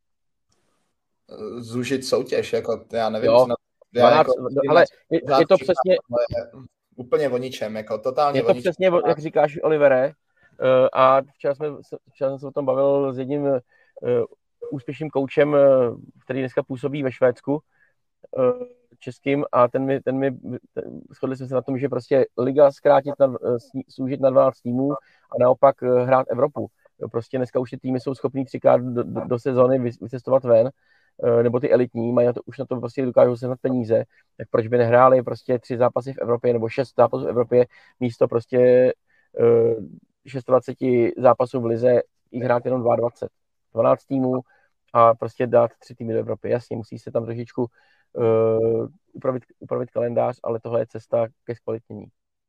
Zúžit soutěž, jako já nevím, jo, co na já dvanáct, jako, ale je, je to přesně je úplně o ničem, jako totálně je to o ničem. přesně, jak říkáš, Olivere, a včera, jsme, včera jsem se o tom bavil s jedním uh, úspěšným koučem, uh, který dneska působí ve Švédsku, uh, českým, a ten mi, ten mi ten, shodli jsme se na tom, že prostě liga zkrátit, na, zúžit na dvanáct týmů a naopak uh, hrát Evropu. Prostě dneska už ty týmy jsou schopný třikrát do, do, do sezóny vycestovat ven, uh, nebo ty elitní, mají na to, už na to prostě dokážou sehnat peníze, tak proč by nehráli prostě tři zápasy v Evropě nebo šest zápasů v Evropě místo prostě uh, dvacet šest zápasů v lize, jich hrát jenom dvacet dva. dvanáct týmů a prostě dát tři týmy do Evropy. Jasně, musí se tam trošičku uh, upravit, upravit kalendář, ale tohle je cesta ke zkvalitnění.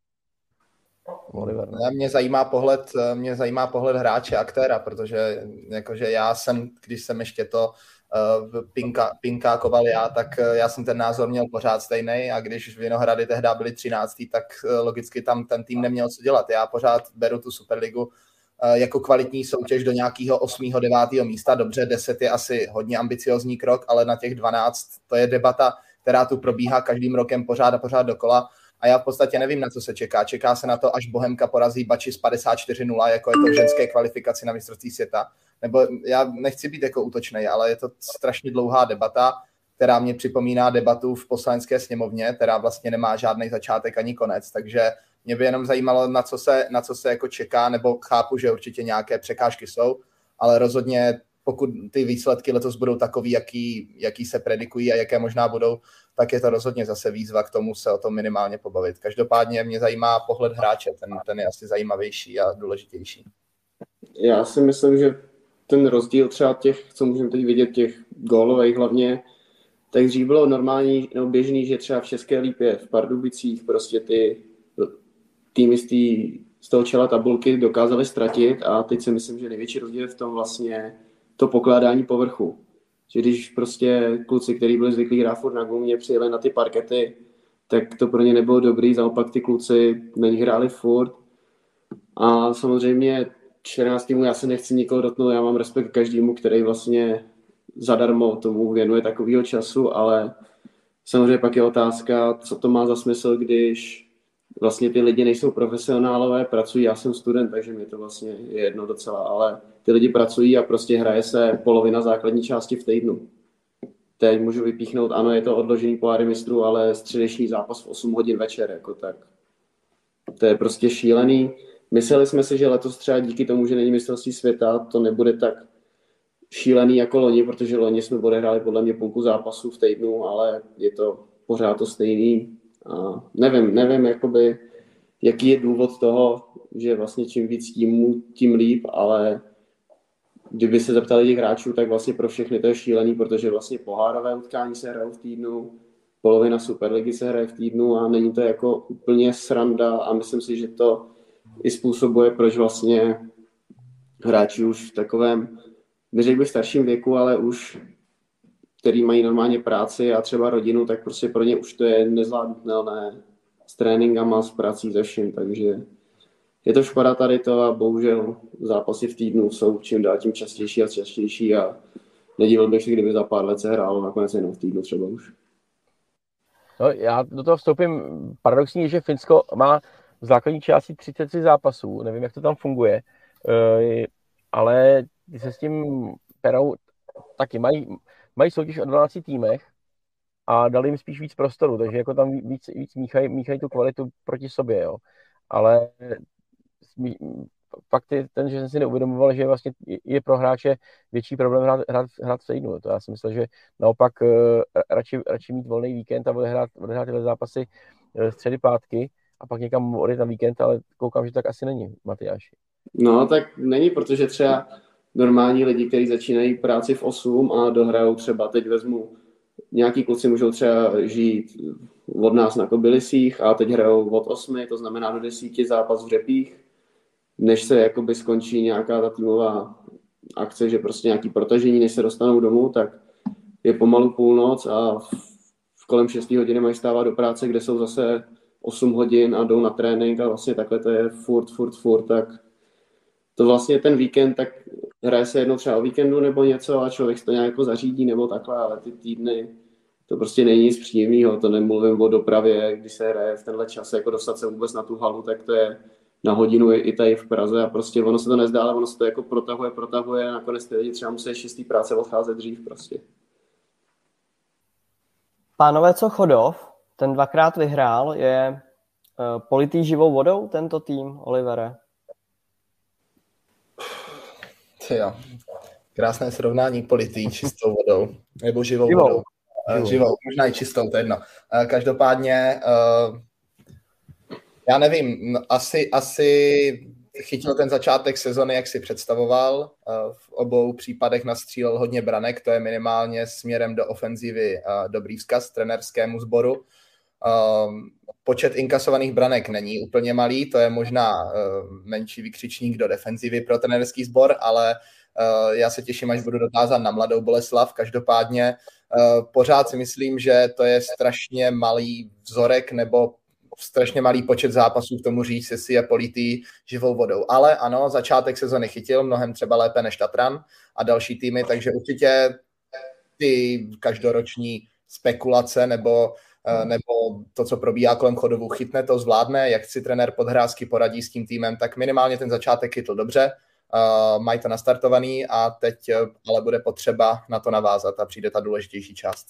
Oliver, ne? Mě zajímá pohled, mě zajímá pohled hráče, aktéra, protože jakože já jsem, když jsem ještě to uh, pinka, pinkákoval já, tak uh, já jsem ten názor měl pořád stejný a když Vinohrady tehdy byli třináctý, tak uh, logicky tam ten tým neměl co dělat. Já pořád beru tu Superligu uh, jako kvalitní soutěž do nějakého osmého devátého místa. Dobře, deset je asi hodně ambiciozní krok, ale na těch dvanáct to je debata, která tu probíhá každým rokem pořád a pořád dokola. A já v podstatě nevím, na co se čeká. Čeká se na to, až Bohemka porazí Bači z padesát čtyři nula, jako je to v ženské kvalifikaci na mistrovství světa. Nebo já nechci být jako útočnej, ale je to strašně dlouhá debata, která mě připomíná debatu v Poslanecké sněmovně, která vlastně nemá žádný začátek ani konec. Takže mě by jenom zajímalo, na co se, na co se jako čeká, nebo chápu, že určitě nějaké překážky jsou, ale rozhodně pokud ty výsledky letos budou takový, jaký, jaký se predikují a jaké možná budou, tak je to rozhodně zase výzva k tomu se o tom minimálně pobavit. Každopádně mě zajímá pohled hráče, ten, ten je asi zajímavější a důležitější. Já si myslím, že ten rozdíl třeba těch, co můžeme teď vidět, těch gólových hlavně, tak dřív bylo normální, no běžný, že třeba v České Lípě, v Pardubicích prostě ty týmy z, tý, z toho čela tabulky dokázali ztratit a teď si myslím, že největší rozdíl je v tom vlastně to pokládání povrchu. Že když prostě kluci, kteří byli zvyklí hrát furt na gumě, přijeli na ty parkety, tak to pro ně nebylo dobrý, naopak ty kluci na nich hráli furt. A samozřejmě čtrnáct týmů, já se nechci nikoho dotknout, já mám respekt k každému, který vlastně zadarmo tomu věnuje takovýho času, ale samozřejmě pak je otázka, co to má za smysl, když vlastně ty lidi nejsou profesionálové, pracují, já jsem student, takže mi to vlastně je jedno docela, ale ty lidi pracují a prostě hraje se polovina základní části v týdnu. Teď můžu vypíchnout, ano, je to odložený poháry mistrů, ale středeční zápas v osm hodin večer, jako tak. To je prostě šílený. Mysleli jsme si, že letos třeba díky tomu, že není mistrovství světa, to nebude tak šílený jako loni, protože loni jsme odehráli podle mě půlku zápasů v týdnu, ale je to pořád to stejný. A nevím, nevím, jakoby, jaký je důvod toho, že vlastně čím víc týmů, tím líp, ale kdyby se zeptali těch hráčů, tak vlastně pro všechny to je šílený, protože vlastně pohárové utkání se hrajou v týdnu, polovina Superligy se hraje v týdnu a není to jako úplně sranda a myslím si, že to i způsobuje, proč vlastně hráči už v takovém, neřekl bych starším věku, ale už, který mají normálně práci a třeba rodinu, tak prostě pro ně už to je nezvládnutelné s tréninkama, s prací, ze vším, takže je to škoda tady to a bohužel zápasy v týdnu jsou čím dál tím častější a častější a nedivil bych se, kdyby za pár let se hrálo nakonec jenom v týdnu třeba už. No, já do toho vstoupím. Paradoxní je, že Finsko má v základní části třicet tři zápasů, nevím, jak to tam funguje, ale ty se s tím perou taky mají, mají soutěž o dvanácti týmech a dali jim spíš víc prostoru, takže jako tam víc, víc míchají, míchají tu kvalitu proti sobě, jo. Ale fakt je ten, že jsem si neuvědomoval, že vlastně je pro hráče větší problém hrát, hrát, hrát v týdnu. To já si myslel, že naopak uh, radši, radši mít volný víkend a odehrát, odehrát tyhle zápasy uh, středy, pátky a pak někam odjet na víkend, ale koukám, že tak asi není, Matyáši. No, tak není, protože třeba normální lidi, kteří začínají práci v osm a dohrajou třeba, teď vezmu, nějaký kluci můžou třeba žít od nás na Kobylisích a teď hrajou od osmi, to znamená do desíti zápas v Řepích, než se jakoby skončí nějaká ta týmová akce, že prostě nějaký protažení, než se dostanou domů, tak je pomalu půlnoc a v kolem šesti hodiny mají stávat do práce, kde jsou zase osm hodin a jdou na trénink a vlastně takhle to je furt, furt, furt, tak to vlastně ten víkend, tak hraje se jednou třeba o víkendu nebo něco a člověk se to nějak jako zařídí nebo takhle, ale ty týdny, to prostě není nic příjemného, to nemluvím o dopravě, když se hraje v tenhle čas, jako dostat se vůbec na tu halu, tak to je na hodinu i tady v Praze a prostě ono se to nezdá, ale ono se to jako protahuje, protahuje a nakonec ty lidi třeba musí šestý práce odcházet dřív prostě. Pánové, co Chodov, ten dvakrát vyhrál, je uh, politý živou vodou tento tým, Olivere? Jo. Krásné srovnání, politý čistou vodou, nebo živou, živou. vodou. Živou. živou, možná i čistou, to je jedno. Každopádně, uh, já nevím, asi, asi chytil ten začátek sezony, jak si představoval. V obou případech nastřílel hodně branek, to je minimálně směrem do ofenzivy dobrý vzkaz trenérskému sboru. Počet inkasovaných branek není úplně malý, to je možná menší vykřičník do defenzivy pro trenérský sbor, ale já se těším, až budu dotázat na Mladou Boleslav. Každopádně pořád si myslím, že to je strašně malý vzorek nebo strašně malý počet zápasů k tomu říct, jestli je politý živou vodou. Ale ano, začátek sezony chytil mnohem třeba lépe než Tatran a další týmy, takže určitě ty každoroční spekulace nebo, nebo to, co probíhá kolem Chodovu, chytne to, zvládne, jak si trenér Podhrázky poradí s tím týmem, tak minimálně ten začátek chytl dobře, uh, mají to nastartovaný a teď ale bude potřeba na to navázat a přijde ta důležitější část.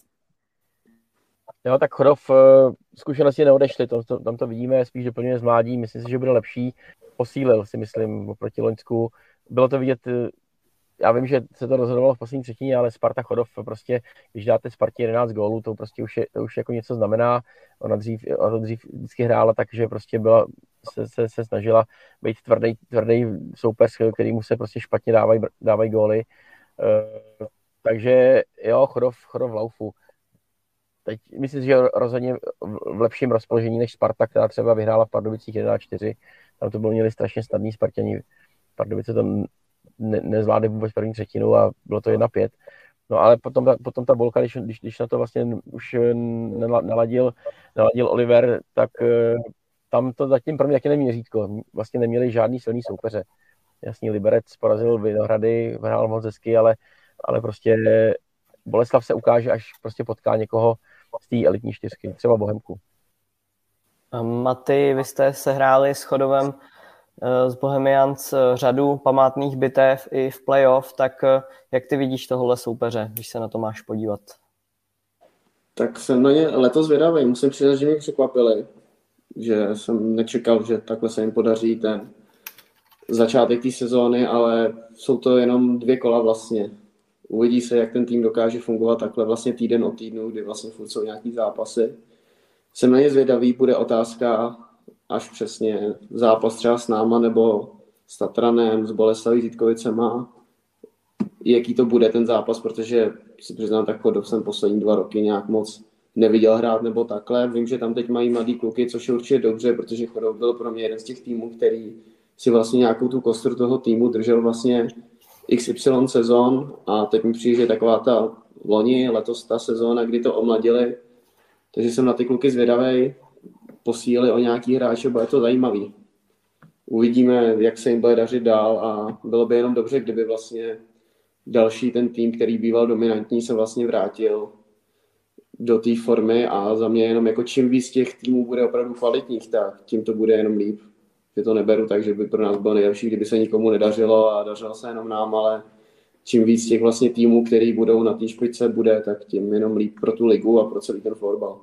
Jo, tak Chodov zkušenosti neodešly, to, to, tam to vidíme, spíš doplňuje z mládí, myslím si, že bude lepší, posílil si myslím oproti Loňsku, bylo to vidět, já vím, že se to rozhodovalo v poslední třetině, ale Sparta Chodov prostě, když dáte Spartě jedenáct gólů, to prostě už, je, to už jako něco znamená, ona dřív, ona to dřív vždycky hrála tak, že prostě byla, se, se, se snažila být tvrdý, tvrdý soupeř, kterýmu se prostě špatně dávají, dávají góly, uh, takže jo, Chodov, Chodov v laufu. Teď myslím, že rozhodně v lepším rozpoložení než Sparta, která třeba vyhrála v Pardubicích jedna čtyři. Tam to bylo měli strašně snadný Spartani. Pardubice tam ne, nezvládli vůbec první třetinu a bylo to jedna pět. No ale potom ta, potom ta bolka, když, když, když na to vlastně už naladil, naladil Oliver, tak tam to zatím pro mě taky neměl měřítko. Vlastně neměli žádný silný soupeře. Jasný, Liberec porazil Vinohrady, hrál moc hezky, ale, ale prostě Boleslav se ukáže, až prostě potká někoho z té elitní čtyřky, třeba Bohemku. Maty, vy jste sehráli s Chodovem z Bohemians řadu památných bitev i v playoff, tak jak ty vidíš tohle soupeře, když se na to máš podívat? Tak jsem na ně letos zvědavý, musím přiznat, že mě překvapili, že jsem nečekal, že takhle se jim podaří ten začátek té sezóny, ale jsou to jenom dvě kola vlastně. Uvidí se, jak ten tým dokáže fungovat takhle vlastně týden od týdnu, kdy vlastně furt jsou nějaký zápasy. Jsem na ně zvědavý, bude otázka, až přesně zápas třeba s náma nebo s Tatranem, s Boleslaví, s Jítkovicema, jaký to bude ten zápas, protože si přiznám, tak Chodov jsem poslední dva roky nějak moc neviděl hrát nebo takhle. Vím, že tam teď mají mladý kluky, což je určitě dobře, protože Chodov byl pro mě jeden z těch týmů, který si vlastně nějakou tu kostru toho týmu držel vlastně iks ypsilon sezon a teď mi přijde, že taková ta loni, letos ta sezóna, kdy to omladili, takže jsem na ty kluky zvědavej, posílili o nějaký hráče, bude to zajímavý. Uvidíme, jak se jim bude dařit dál a bylo by jenom dobře, kdyby vlastně další ten tým, který býval dominantní, se vlastně vrátil do té formy a za mě jenom jako čím víc těch týmů bude opravdu kvalitních, tak tím to bude jenom líp. Že to neberu tak, že by pro nás bylo nejlepší, kdyby se nikomu nedařilo a dařilo se jenom nám, ale čím víc těch vlastně týmů, který budou na té špičce bude, tak tím jenom líp pro tu ligu a pro celý ten florbal.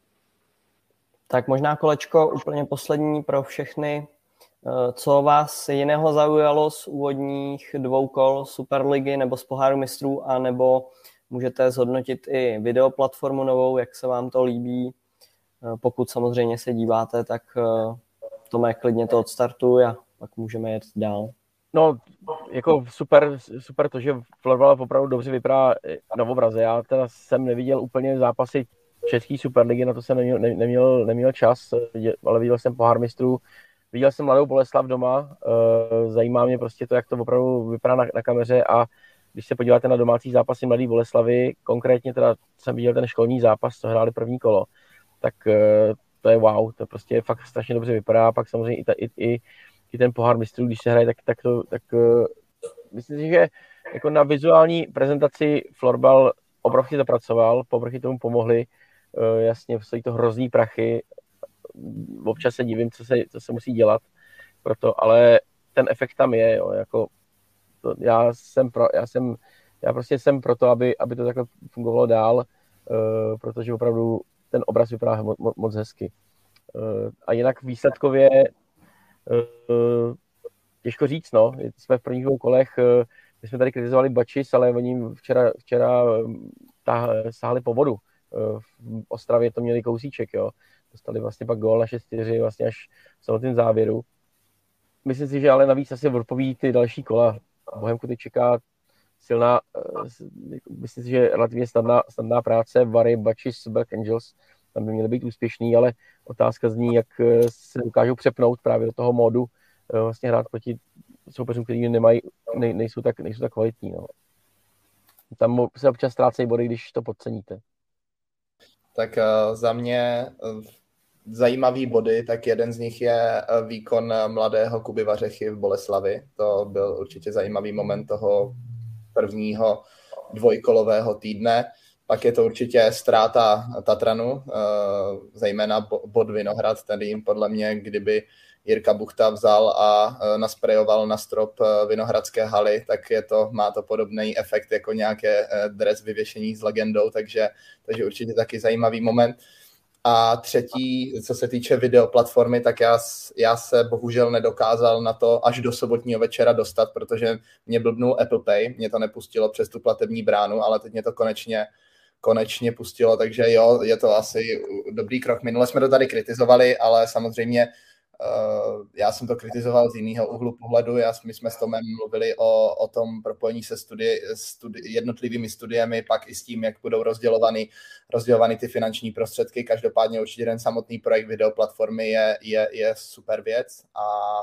Tak možná kolečko úplně poslední pro všechny. Co vás jiného zaujalo z úvodních dvou kol Superligy nebo z poháru mistrů, a nebo můžete zhodnotit i videoplatformu novou, jak se vám to líbí. Pokud samozřejmě se díváte, tak Tome, klidně to odstartuj a pak můžeme jet dál. No, jako super, super to, že florbal opravdu dobře vypadá na obraze. Já teda jsem neviděl úplně zápasy české Superligy, na to jsem neměl, ne, neměl, neměl čas, ale viděl jsem pohár mistrů. Viděl jsem Mladou Boleslav doma, zajímá mě prostě to, jak to opravdu vypadá na, na kameře a když se podíváte na domácí zápasy Mladé Boleslavy, konkrétně teda jsem viděl ten školní zápas, co hráli první kolo, tak to je wow, to prostě fakt strašně dobře vypadá, pak samozřejmě i, ta, i, i, i ten pohár mistrů, když se hraje, tak, tak, to, tak myslím si, že jako na vizuální prezentaci florbal obrovsky zapracoval, povrchy tomu pomohli, jasně, stojí to hrozný prachy, občas se divím, co se, co se musí dělat pro to, ale ten efekt tam je, jo, jako to, já jsem pro, já jsem, já prostě jsem pro to, aby, aby to takhle fungovalo dál, uh, protože opravdu ten obraz vypadá mo, mo, moc hezky. Uh, a jinak výsledkově uh, těžko říct, no, jsme v prvních dvou kolech, uh, my jsme tady kritizovali Bačis, ale oni včera, včera tá, sáhli po vodu. Uh, v Ostravě to měli kousíček, jo. Dostali vlastně pak gól na šest čtyři vlastně až v samotném závěru. Myslím si, že ale navíc asi odpoví ty další kola. Bohemku teď čeká silná, myslím si, že relativně snadná, snadná práce. Vary, Bačis, Black Angels, tam by měly být úspěšný, ale otázka zní, jak se dokážou přepnout právě do toho módu, vlastně hrát proti soupeřům, kteří nemají, ne, nejsou, tak, nejsou tak kvalitní. No. Tam se občas ztrácejí body, když to podceníte. Tak uh, za mě uh, zajímavý body, tak jeden z nich je uh, výkon mladého Kuby Vařechy v Boleslavi. To byl určitě zajímavý moment toho prvního dvojkolového týdne. Pak je to určitě ztráta Tatranu, uh, zejména bod Vinohrad, tedy jim podle mě, kdyby Jirka Buchta vzal a uh, nasprejoval na strop uh, Vinohradské haly, tak je to, má to podobný efekt jako nějaké uh, dres vyvěšení s legendou, takže, takže určitě taky zajímavý moment. A třetí, co se týče videoplatformy, tak já, já se bohužel nedokázal na to až do sobotního večera dostat, protože mě blbnul Apple Pay, mě to nepustilo přes tu platební bránu, ale teď mě to konečně konečně pustilo, takže jo, je to asi dobrý krok. Minule jsme to tady kritizovali, ale samozřejmě uh, já jsem to kritizoval z jiného úhlu pohledu. Já, my jsme s Tomem mluvili o, o tom propojení se studi, studi, jednotlivými studiemi, pak i s tím, jak budou rozdělovány rozdělovány ty finanční prostředky. Každopádně určitě ten samotný projekt videoplatformy je, je, je super věc a,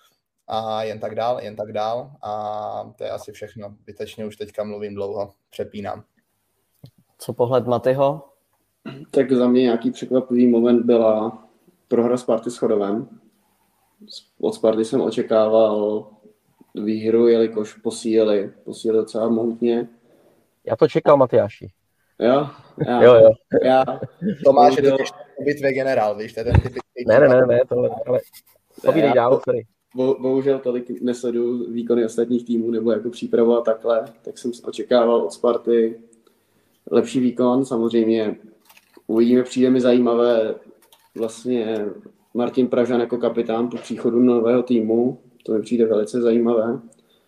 a jen tak dál, jen tak dál. A to je asi všechno. Zbytečně už teďka mluvím dlouho, přepínám. Co pohled Matyho? Tak za mě nějaký překvapivý moment byla prohra Sparty s Chodovem. Od Sparty jsem očekával výhru, jelikož posílili, posílili docela mohutně. Já to čekal, Matyáši. Jo? Já, jo, jo. Já, Tomáš, je to těžké bitvě generál, víš, to je ten typický... Ne, ne, ne, ne, tohle, ale povídej dál, sorry. Bo, bohužel tolik nesleduju výkony ostatních týmů nebo jako přípravu a takhle, tak jsem očekával od Sparty lepší výkon, samozřejmě uvidíme, přijde mi zajímavé vlastně Martin Pražan jako kapitán po příchodu nového týmu, to mi přijde velice zajímavé.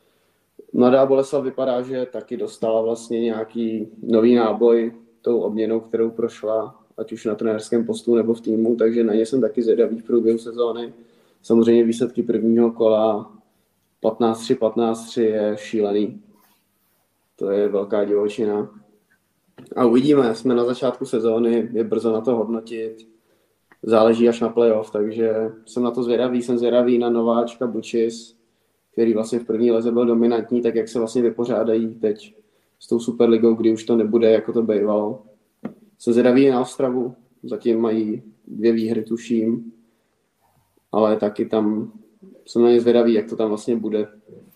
Mladá Boleslav vypadá, že taky dostala vlastně nějaký nový náboj tou obměnou, kterou prošla, ať už na trenérském postu nebo v týmu, takže na ně jsem taky zvědavý v průběhu sezóny. Samozřejmě výsledky prvního kola patnáct tři patnáct tři je šílený. To je velká divočina. A uvidíme, jsme na začátku sezóny, je brzo na to hodnotit. Záleží až na playoff, takže jsem na to zvědavý. Jsem zvědavý na nováčka Bučis, který vlastně v první lize byl dominantní, tak jak se vlastně vypořádají teď s tou Superligou, kdy už to nebude, jako to bývalo. Jsem zvědavý na Ostravu, zatím mají dvě výhry, tuším, ale taky tam jsem na ně zvědavý, jak to tam vlastně bude.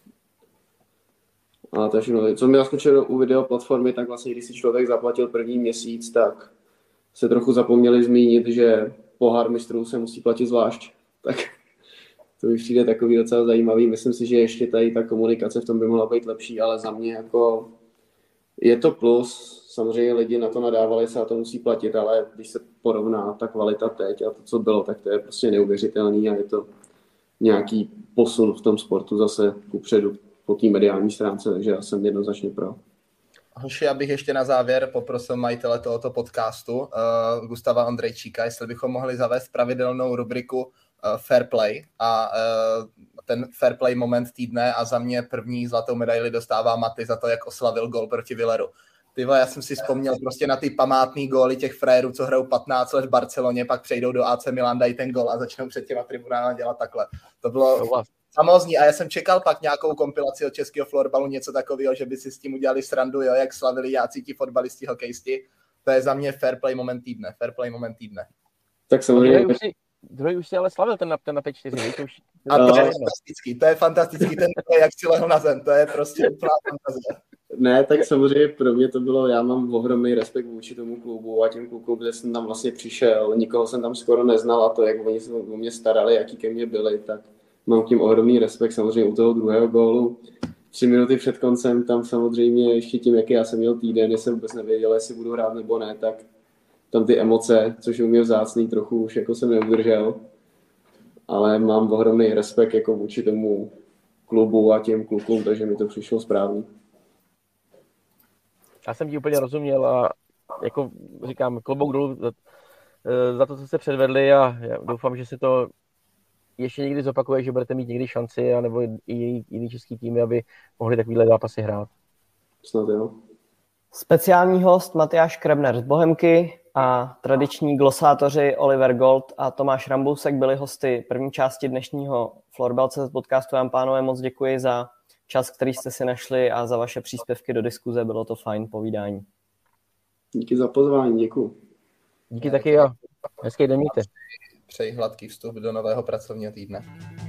A to je všechno. Co mi zaskočilo u videoplatformy, tak vlastně, když si člověk zaplatil první měsíc, tak se trochu zapomněli zmínit, že pohár mistrů se musí platit zvlášť. Tak to mi přijde takový docela zajímavý. Myslím si, že ještě tady ta komunikace v tom by mohla být lepší, ale za mě jako je to plus. Samozřejmě lidi na to nadávali, se a to musí platit, ale když se porovná ta kvalita teď a to, co bylo, tak to je prostě neuvěřitelný a je to nějaký posun v tom sportu zase kupředu po té mediální stránce, takže já jsem jednoznačně pro. Hoši, já bych ještě na závěr poprosil majitele tohoto podcastu, uh, Gustava Ondrejčíka, jestli bychom mohli zavést pravidelnou rubriku uh, Fair Play a uh, ten Fair Play moment týdne a za mě první zlatou medaili dostává Maty za to, jak oslavil gól proti Villeru. Tyvo, já jsem si vzpomněl prostě na ty památný góly těch frérů, co hrajou patnáct let v Barceloně, pak přejdou do A C Milan, dají ten gól a začnou před těma tribunálama dělat takhle. To bylo samozní a já jsem čekal pak nějakou kompilaci od českého florbalu, něco takového, že by si s tím udělali srandu, jo, jak slavili jácí ti fotbalisti, hokejisti. To je za mě fair play moment týdne. Fair play moment týdne. Tak samozřejmě. Druhý už si ale slavil ten na, ten na pět čtyři. To už... A to no. je fantastický, to je fantastický, ten to je, jak si lehl na zem, to je prostě úplná fantazie. Ne, tak samozřejmě pro mě to bylo, já mám ohromný respekt vůči tomu klubu a těm klukům, kde jsem tam vlastně přišel, nikoho jsem tam skoro neznal a to, jak oni se o mě starali, jaký ke mně byli, tak mám k tím ohromný respekt. Samozřejmě u toho druhého gólu, tři minuty před koncem, tam samozřejmě ještě tím, jaký já jsem měl týden, kdy jsem vůbec nevěděl, jestli budu hrát nebo ne, tak tam ty emoce, což u mě vzácný, trochu už jako jsem neudržel, ale mám ohromný respekt jako vůči tomu klubu a těm klukům, takže mi to přišlo správný. Já jsem ti úplně rozuměl a jako říkám, klobouk dolů za, za to, co jste předvedli a já doufám, že se to ještě někdy zopakuje, že budete mít někdy šanci, anebo i jiný, jiný český týmy, aby mohli takovýhle zápasy hrát. Snad jo. Speciální host Matyáš Krebner z Bohemky a tradiční glosátoři Oliver Gold a Tomáš Rambousek byli hosty první části dnešního Florbal tečka cé zet podcastu. Vám, pánové, moc děkuji za čas, který jste si našli a za vaše příspěvky do diskuze. Bylo to fajn povídání. Díky za pozvání, děkuji. Díky taky a hezký den mějte. Přeji hladký vstup do nového pracovního týdne.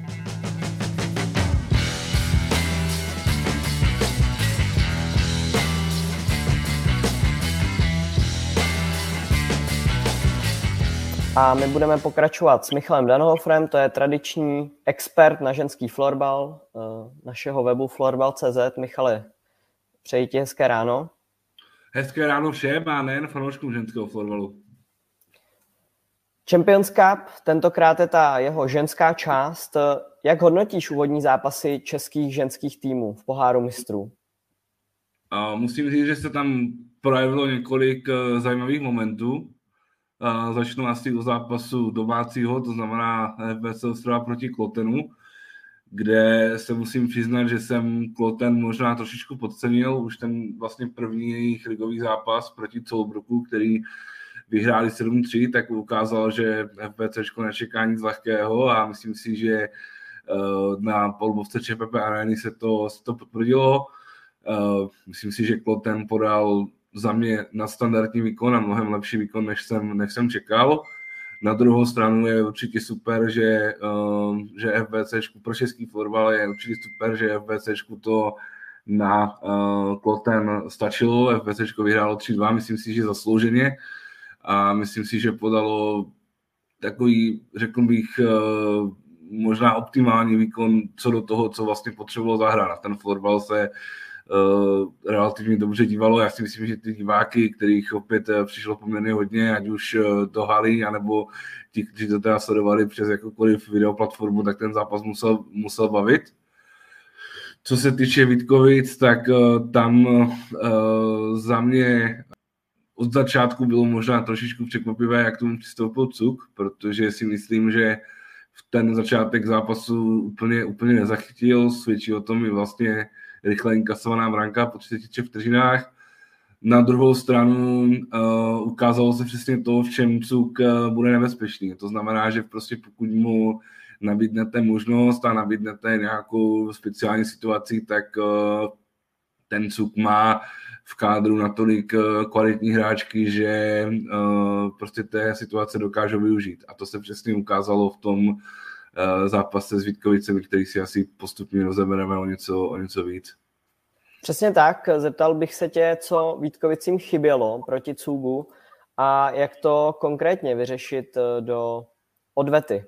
A my budeme pokračovat s Michalem Danhofrem, to je tradiční expert na ženský florbal našeho webu florbal tečka cé zet. Michale, přeji ti hezké ráno. Hezké ráno všem a nejen fanouškům ženského florbalu. Champions Cup, tentokrát je ta jeho ženská část. Jak hodnotíš úvodní zápasy českých ženských týmů v poháru mistrů? A musím říct, že se tam projevilo několik zajímavých momentů. A začnu asi u zápasu domácího, to znamená F B C Ostrava proti Klotenu, kde se musím přiznat, že jsem Kloten možná trošičku podcenil. Už ten vlastně první jejich ligový zápas proti Colbruku, který vyhráli sedm tři, tak ukázal, že F B C nečeká nic lehkého a myslím si, že na polbovce ČPP Areny se to, se to potvrdilo. Myslím si, že Kloten podal za mě nadstandardní výkon a mnohem lepší výkon, než jsem, než jsem čekal. Na druhou stranu je určitě super, že, že F B C pro český florbal je určitě super, že F B C to na Kloten stačilo. F B C vyhrálo tři dva, myslím si, že zaslouženě. A myslím si, že podalo takový, řekl bych, možná optimální výkon co do toho, co vlastně potřebovalo zahrát. Ten florbal se uh, relativně dobře dívalo. Já si myslím, že ty diváky, kterých opět přišlo poměrně hodně, ať už do haly, anebo ti, kteří to teda sledovali přes jakoukoliv videoplatformu, tak ten zápas musel, musel bavit. Co se týče Vítkovic, tak uh, tam uh, za mě od začátku bylo možná trošičku překvapivé, jak tomu přistoupil Cuk, protože si myslím, že v ten začátek zápasu úplně, úplně nezachytil. Svědčí o tom i vlastně rychle inkasovaná branka po třiceti třech vteřinách. Na druhou stranu uh, ukázalo se přesně to, v čem Cuk uh, bude nebezpečný. To znamená, že prostě pokud mu nabídnete možnost a nabídnete nějakou speciální situaci, tak uh, ten Cuk má v kádru natolik uh, kvalitní hráčky, že uh, prostě té situace dokážou využít. A to se přesně ukázalo v tom uh, zápase s Vítkovicemi, který si asi postupně rozebereme o něco, o něco víc. Přesně tak, zeptal bych se tě, co Vítkovicím chybělo proti Cugu a jak to konkrétně vyřešit do odvety.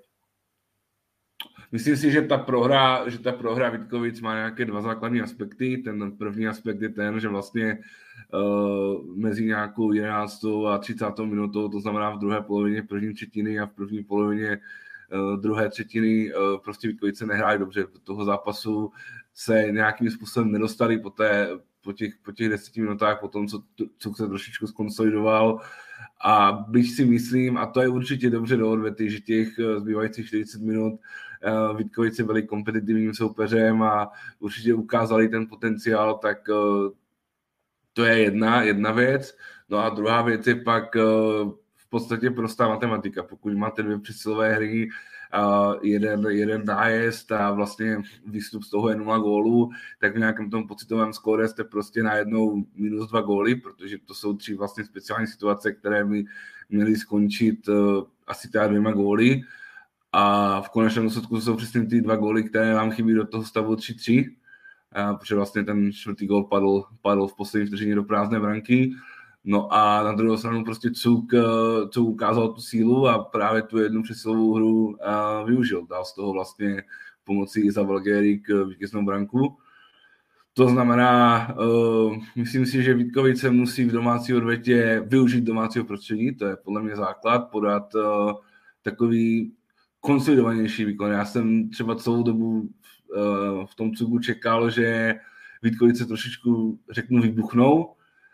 Myslím si, že ta prohra, že ta prohra Vítkovic má nějaké dva základní aspekty. Ten první aspekt je ten, že vlastně uh, mezi nějakou jedenáctou a třicátou minutou, to znamená v druhé polovině první třetiny a v první polovině uh, druhé třetiny, uh, prostě Vítkovice nehráli dobře. Do toho zápasu se nějakým způsobem nedostali po, té, po, těch, po těch deseti minutách, po tom, co, co se trošičku skonsolidoval. A byť si myslím, a to je určitě dobře do odvety, že těch zbývajících čtyřicet minut uh, Vítkovice byli kompetitivním soupeřem a určitě ukázali ten potenciál, tak uh, to je jedna, jedna věc. No a druhá věc je pak uh, v podstatě prostá matematika. Pokud máte dvě přesilové hry, Uh, jeden, jeden nájezd a vlastně výstup z toho je nula gólů, tak v nějakém tom pocitovém skóre jste prostě najednou minus dva góly, protože to jsou tři vlastně speciální situace, které by měly skončit uh, asi teda dvěma góly a v konečném důsledku jsou přesně ty dva góly, které vám chybí do toho stavu tři tři, uh, protože vlastně ten čtvrtý gól padl, padl v poslední vteřině do prázdné branky. No a na druhou stranu prostě Cuk, Cuk ukázal tu sílu a právě tu jednu přesilovou hru využil. Dal z toho vlastně pomocí Isabel Gerik vítěznou branku. To znamená, uh, myslím si, že Vítkovice musí v domácí odvetě využít domácího prostředí, to je podle mě základ, podat uh, takový konsolidovanější výkon. Já jsem třeba celou dobu uh, v tom Cugu čekal, že Vítkovice trošičku, řeknu, vybuchnou,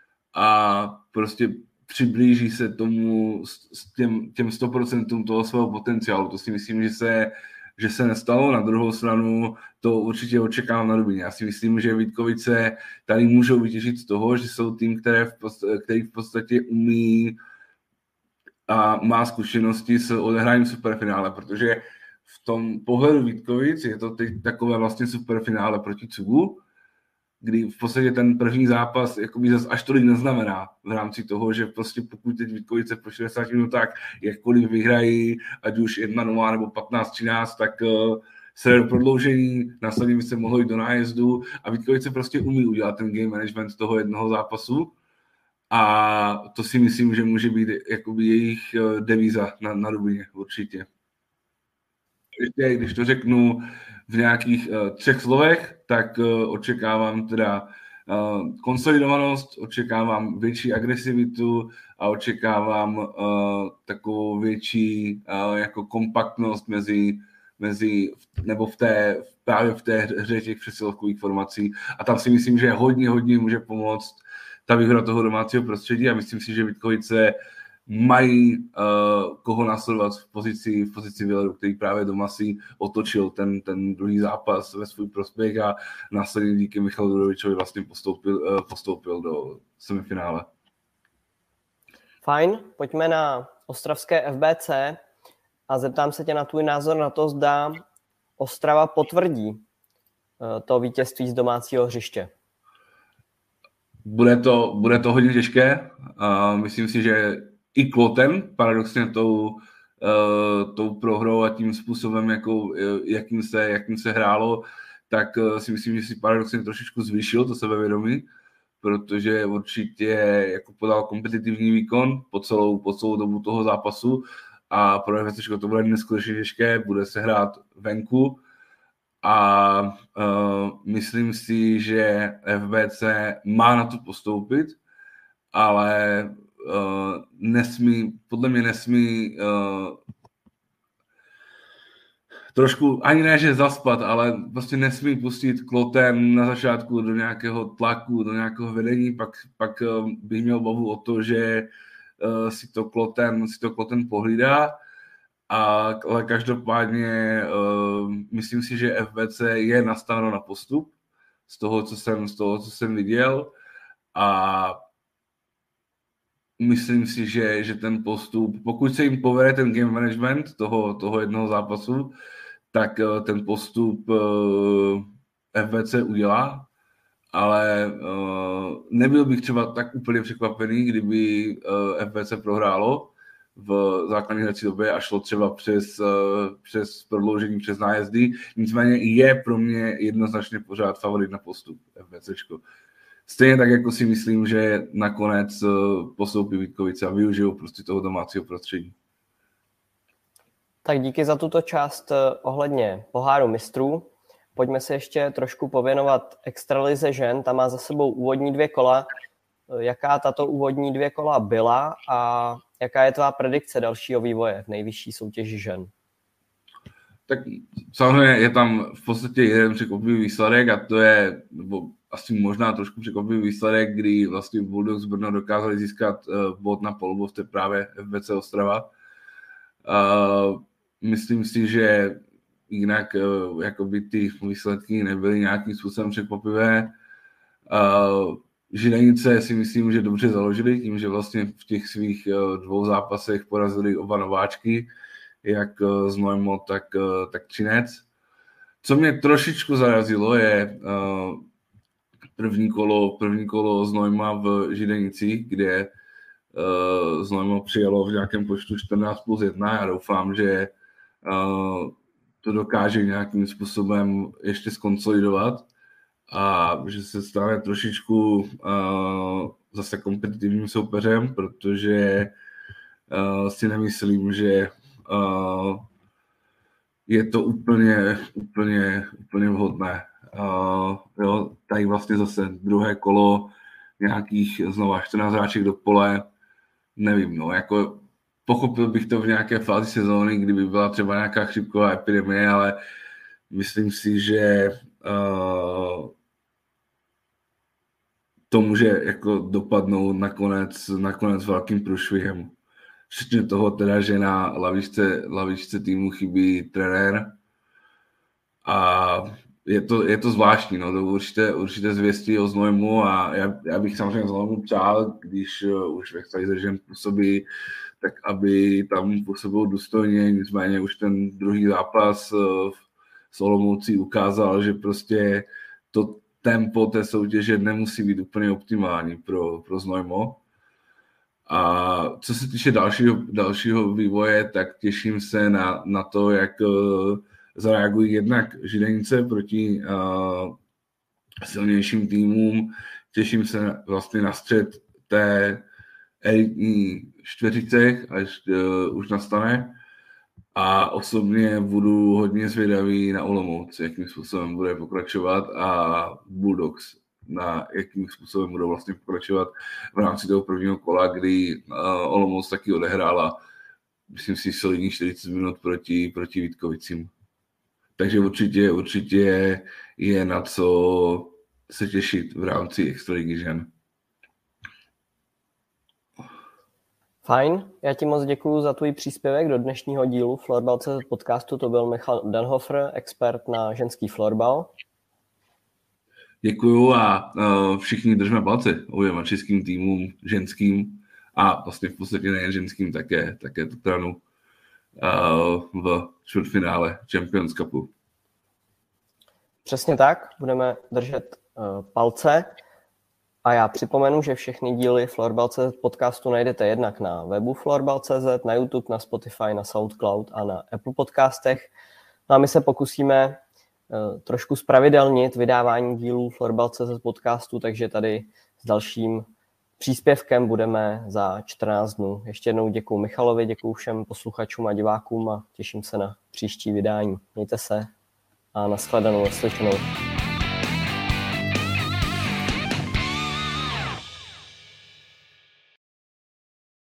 a prostě přiblíží se tomu s těm, těm sto procent toho svého potenciálu. To si myslím, že se, že se nestalo. Na druhou stranu to určitě očekávám na Rubině. Já si myslím, že Vítkovice tady můžou vytěžit z toho, že jsou tým, které v podstatě, který v podstatě umí a má zkušenosti s odehráním superfinále, protože v tom pohledu Vítkovic je to teď takové vlastně superfinále proti Cugu, kdy v podstatě ten první zápas jakoby zase až tolik neznamená v rámci toho, že prostě pokud teď Vítkovice po šedesáti minutách jakkoliv vyhrají, ať už jedna nula nebo patnáct třináct, tak uh, se do prodloužení, následně by se mohlo jít do nájezdu a Vítkovice prostě umí udělat ten game management toho jednoho zápasu a to si myslím, že může být jakoby jejich uh, devíza na, na Rubině určitě. Ještě, když to řeknu v nějakých uh, třech slovech, tak uh, očekávám teda uh, konsolidovanost, očekávám větší agresivitu a očekávám uh, takovou větší uh, jako kompaktnost mezi, mezi nebo v té, právě v té hře těch přesilovkových formací. A tam si myslím, že hodně, hodně může pomoct ta výhra toho domácího prostředí a myslím si, že Vítkovice mají uh, koho následovat v pozici, v pozici Villeru, který právě doma si otočil ten, ten druhý zápas ve svůj prospěch a následně díky Michalu Dudovičovi vlastně postoupil, uh, postoupil do semifinále. Fajn, pojďme na ostravské F B C a zeptám se tě na tvůj názor na to, zda Ostrava potvrdí uh, to vítězství z domácího hřiště. Bude to, bude to hodně těžké. Uh, myslím si, že i Kloten, paradoxně tou, uh, tou prohrou a tím způsobem, jakou, jakým, se, jakým se hrálo, tak uh, si myslím, že si paradoxně trošičku zvýšil to sebevědomí, protože určitě jako podal kompetitivní výkon po celou, po celou dobu toho zápasu a pro F B C to bude neskutečně těžké, bude se hrát venku a uh, myslím si, že F B C má na to postoupit, ale Uh, nesmí, podle mě nesmí uh, trošku, ani ne, že zaspat, ale prostě nesmí pustit Kloten na začátku do nějakého tlaku, do nějakého vedení, pak, pak uh, bych měl bavu o to, že uh, si to Kloten, si to Kloten pohlídá A, ale každopádně uh, myslím si, že F B C je nastaveno na postup z toho, co jsem, z toho, co jsem viděl a myslím si, že, že ten postup, pokud se jim povede ten game management toho, toho jednoho zápasu, tak uh, ten postup uh, F B C udělá, ale uh, nebyl bych třeba tak úplně překvapený, kdyby uh, F B C prohrálo v základní hrací době a šlo třeba přes, uh, přes prodloužení, přes nájezdy. Nicméně je pro mě jednoznačně pořád favorit na postup FBCčko. Stejně tak, jako si myslím, že nakonec uh, postoupí Vítkovice a využijou prostě toho domácího prostředí. Tak díky za tuto část ohledně poháru mistrů. Pojďme se ještě trošku pověnovat extralize žen. Ta má za sebou úvodní dvě kola. Jaká tato úvodní dvě kola byla a jaká je tvá predikce dalšího vývoje v nejvyšší soutěži žen? Tak samozřejmě je tam v podstatě jeden překvapivý výsledek a to je, nebo asi možná trošku překvapivý výsledek, kdy vlastně Bulldogs Brno dokázali získat bod na polubov, to je právě F B C Ostrava. Uh, myslím si, že jinak uh, jakoby ty výsledky nebyly nějakým způsobem překvapivé. Uh, Žilenice si myslím, že dobře založili tím, že vlastně v těch svých uh, dvou zápasech porazili oba nováčky, jak uh, Znojmo, tak, uh, tak Třinec. Co mě trošičku zarazilo je uh, první kolo, první kolo Znojma v Žilenicích, kde uh, Znojmo přijelo v nějakém počtu čtrnáct plus jedna. Já doufám, že uh, to dokáže nějakým způsobem ještě skonsolidovat a že se stane trošičku uh, zase kompetitivním soupeřem, protože uh, si nemyslím, že uh, je to úplně, úplně, úplně vhodné. Uh, jo, tady vlastně zase druhé kolo, nějakých znova čtrnáct hráček do pole, nevím, no, jako pochopil bych to v nějaké fázi sezóny, kdyby byla třeba nějaká chřipková epidemie, ale myslím si, že uh, to může jako dopadnout nakonec, nakonec velkým průšvihem. Včetně toho teda, že na lavičce, lavičce týmu chybí trenér a je to, je to zvláštní, no, to určitě, určitě zvěstí o Znojmu a já, já bych samozřejmě Znojmu přál, když uh, už ve extralize žen působí, tak aby tam působil důstojně, nicméně už ten druhý zápas uh, s Olomoucí ukázal, že prostě to tempo té soutěže nemusí být úplně optimální pro, pro Znojmo. A co se týče dalšího, dalšího vývoje, tak těším se na, na to, jak uh, zareagují jednak Žilenice proti uh, silnějším týmům. Těším se vlastně na střed té elitní čtveřice, až uh, už nastane. A osobně budu hodně zvědavý na Olomouc, jakým způsobem bude pokračovat a Bulldogs, na jakým způsobem budou vlastně pokračovat v rámci toho prvního kola, kdy uh, Olomouc taky odehrála, myslím si, solidních čtyřicet minut proti, proti Vítkovicím. Takže určitě, určitě je na co se těšit v rámci extraligy žen. Fajn, já ti moc děkuju za tvůj příspěvek do dnešního dílu Florbal tečka cé zet podcastu. To byl Michal Danhofer, expert na ženský florbal. Děkuju a uh, všichni držme palce oběma českým týmům, ženským a vlastně v podstatě nejen ženským, také, také Tatranu uh, v čtvrtfinále Champions Cupu. Přesně tak, budeme držet uh, palce. A já připomenu, že všechny díly Florbal tečka cé zet podcastu najdete jednak na webu Florbal tečka cé zet, na YouTube, na Spotify, na SoundCloud a na Apple podcastech. No a my se pokusíme uh, trošku zpravidelnit vydávání dílů Florbal tečka cé zet podcastu, takže tady s dalším příspěvkem budeme za čtrnáct dnů. Ještě jednou děkuju Michalovi, děkuju všem posluchačům a divákům a těším se na příští vydání. Mějte se a nashledanou, naslyšenou.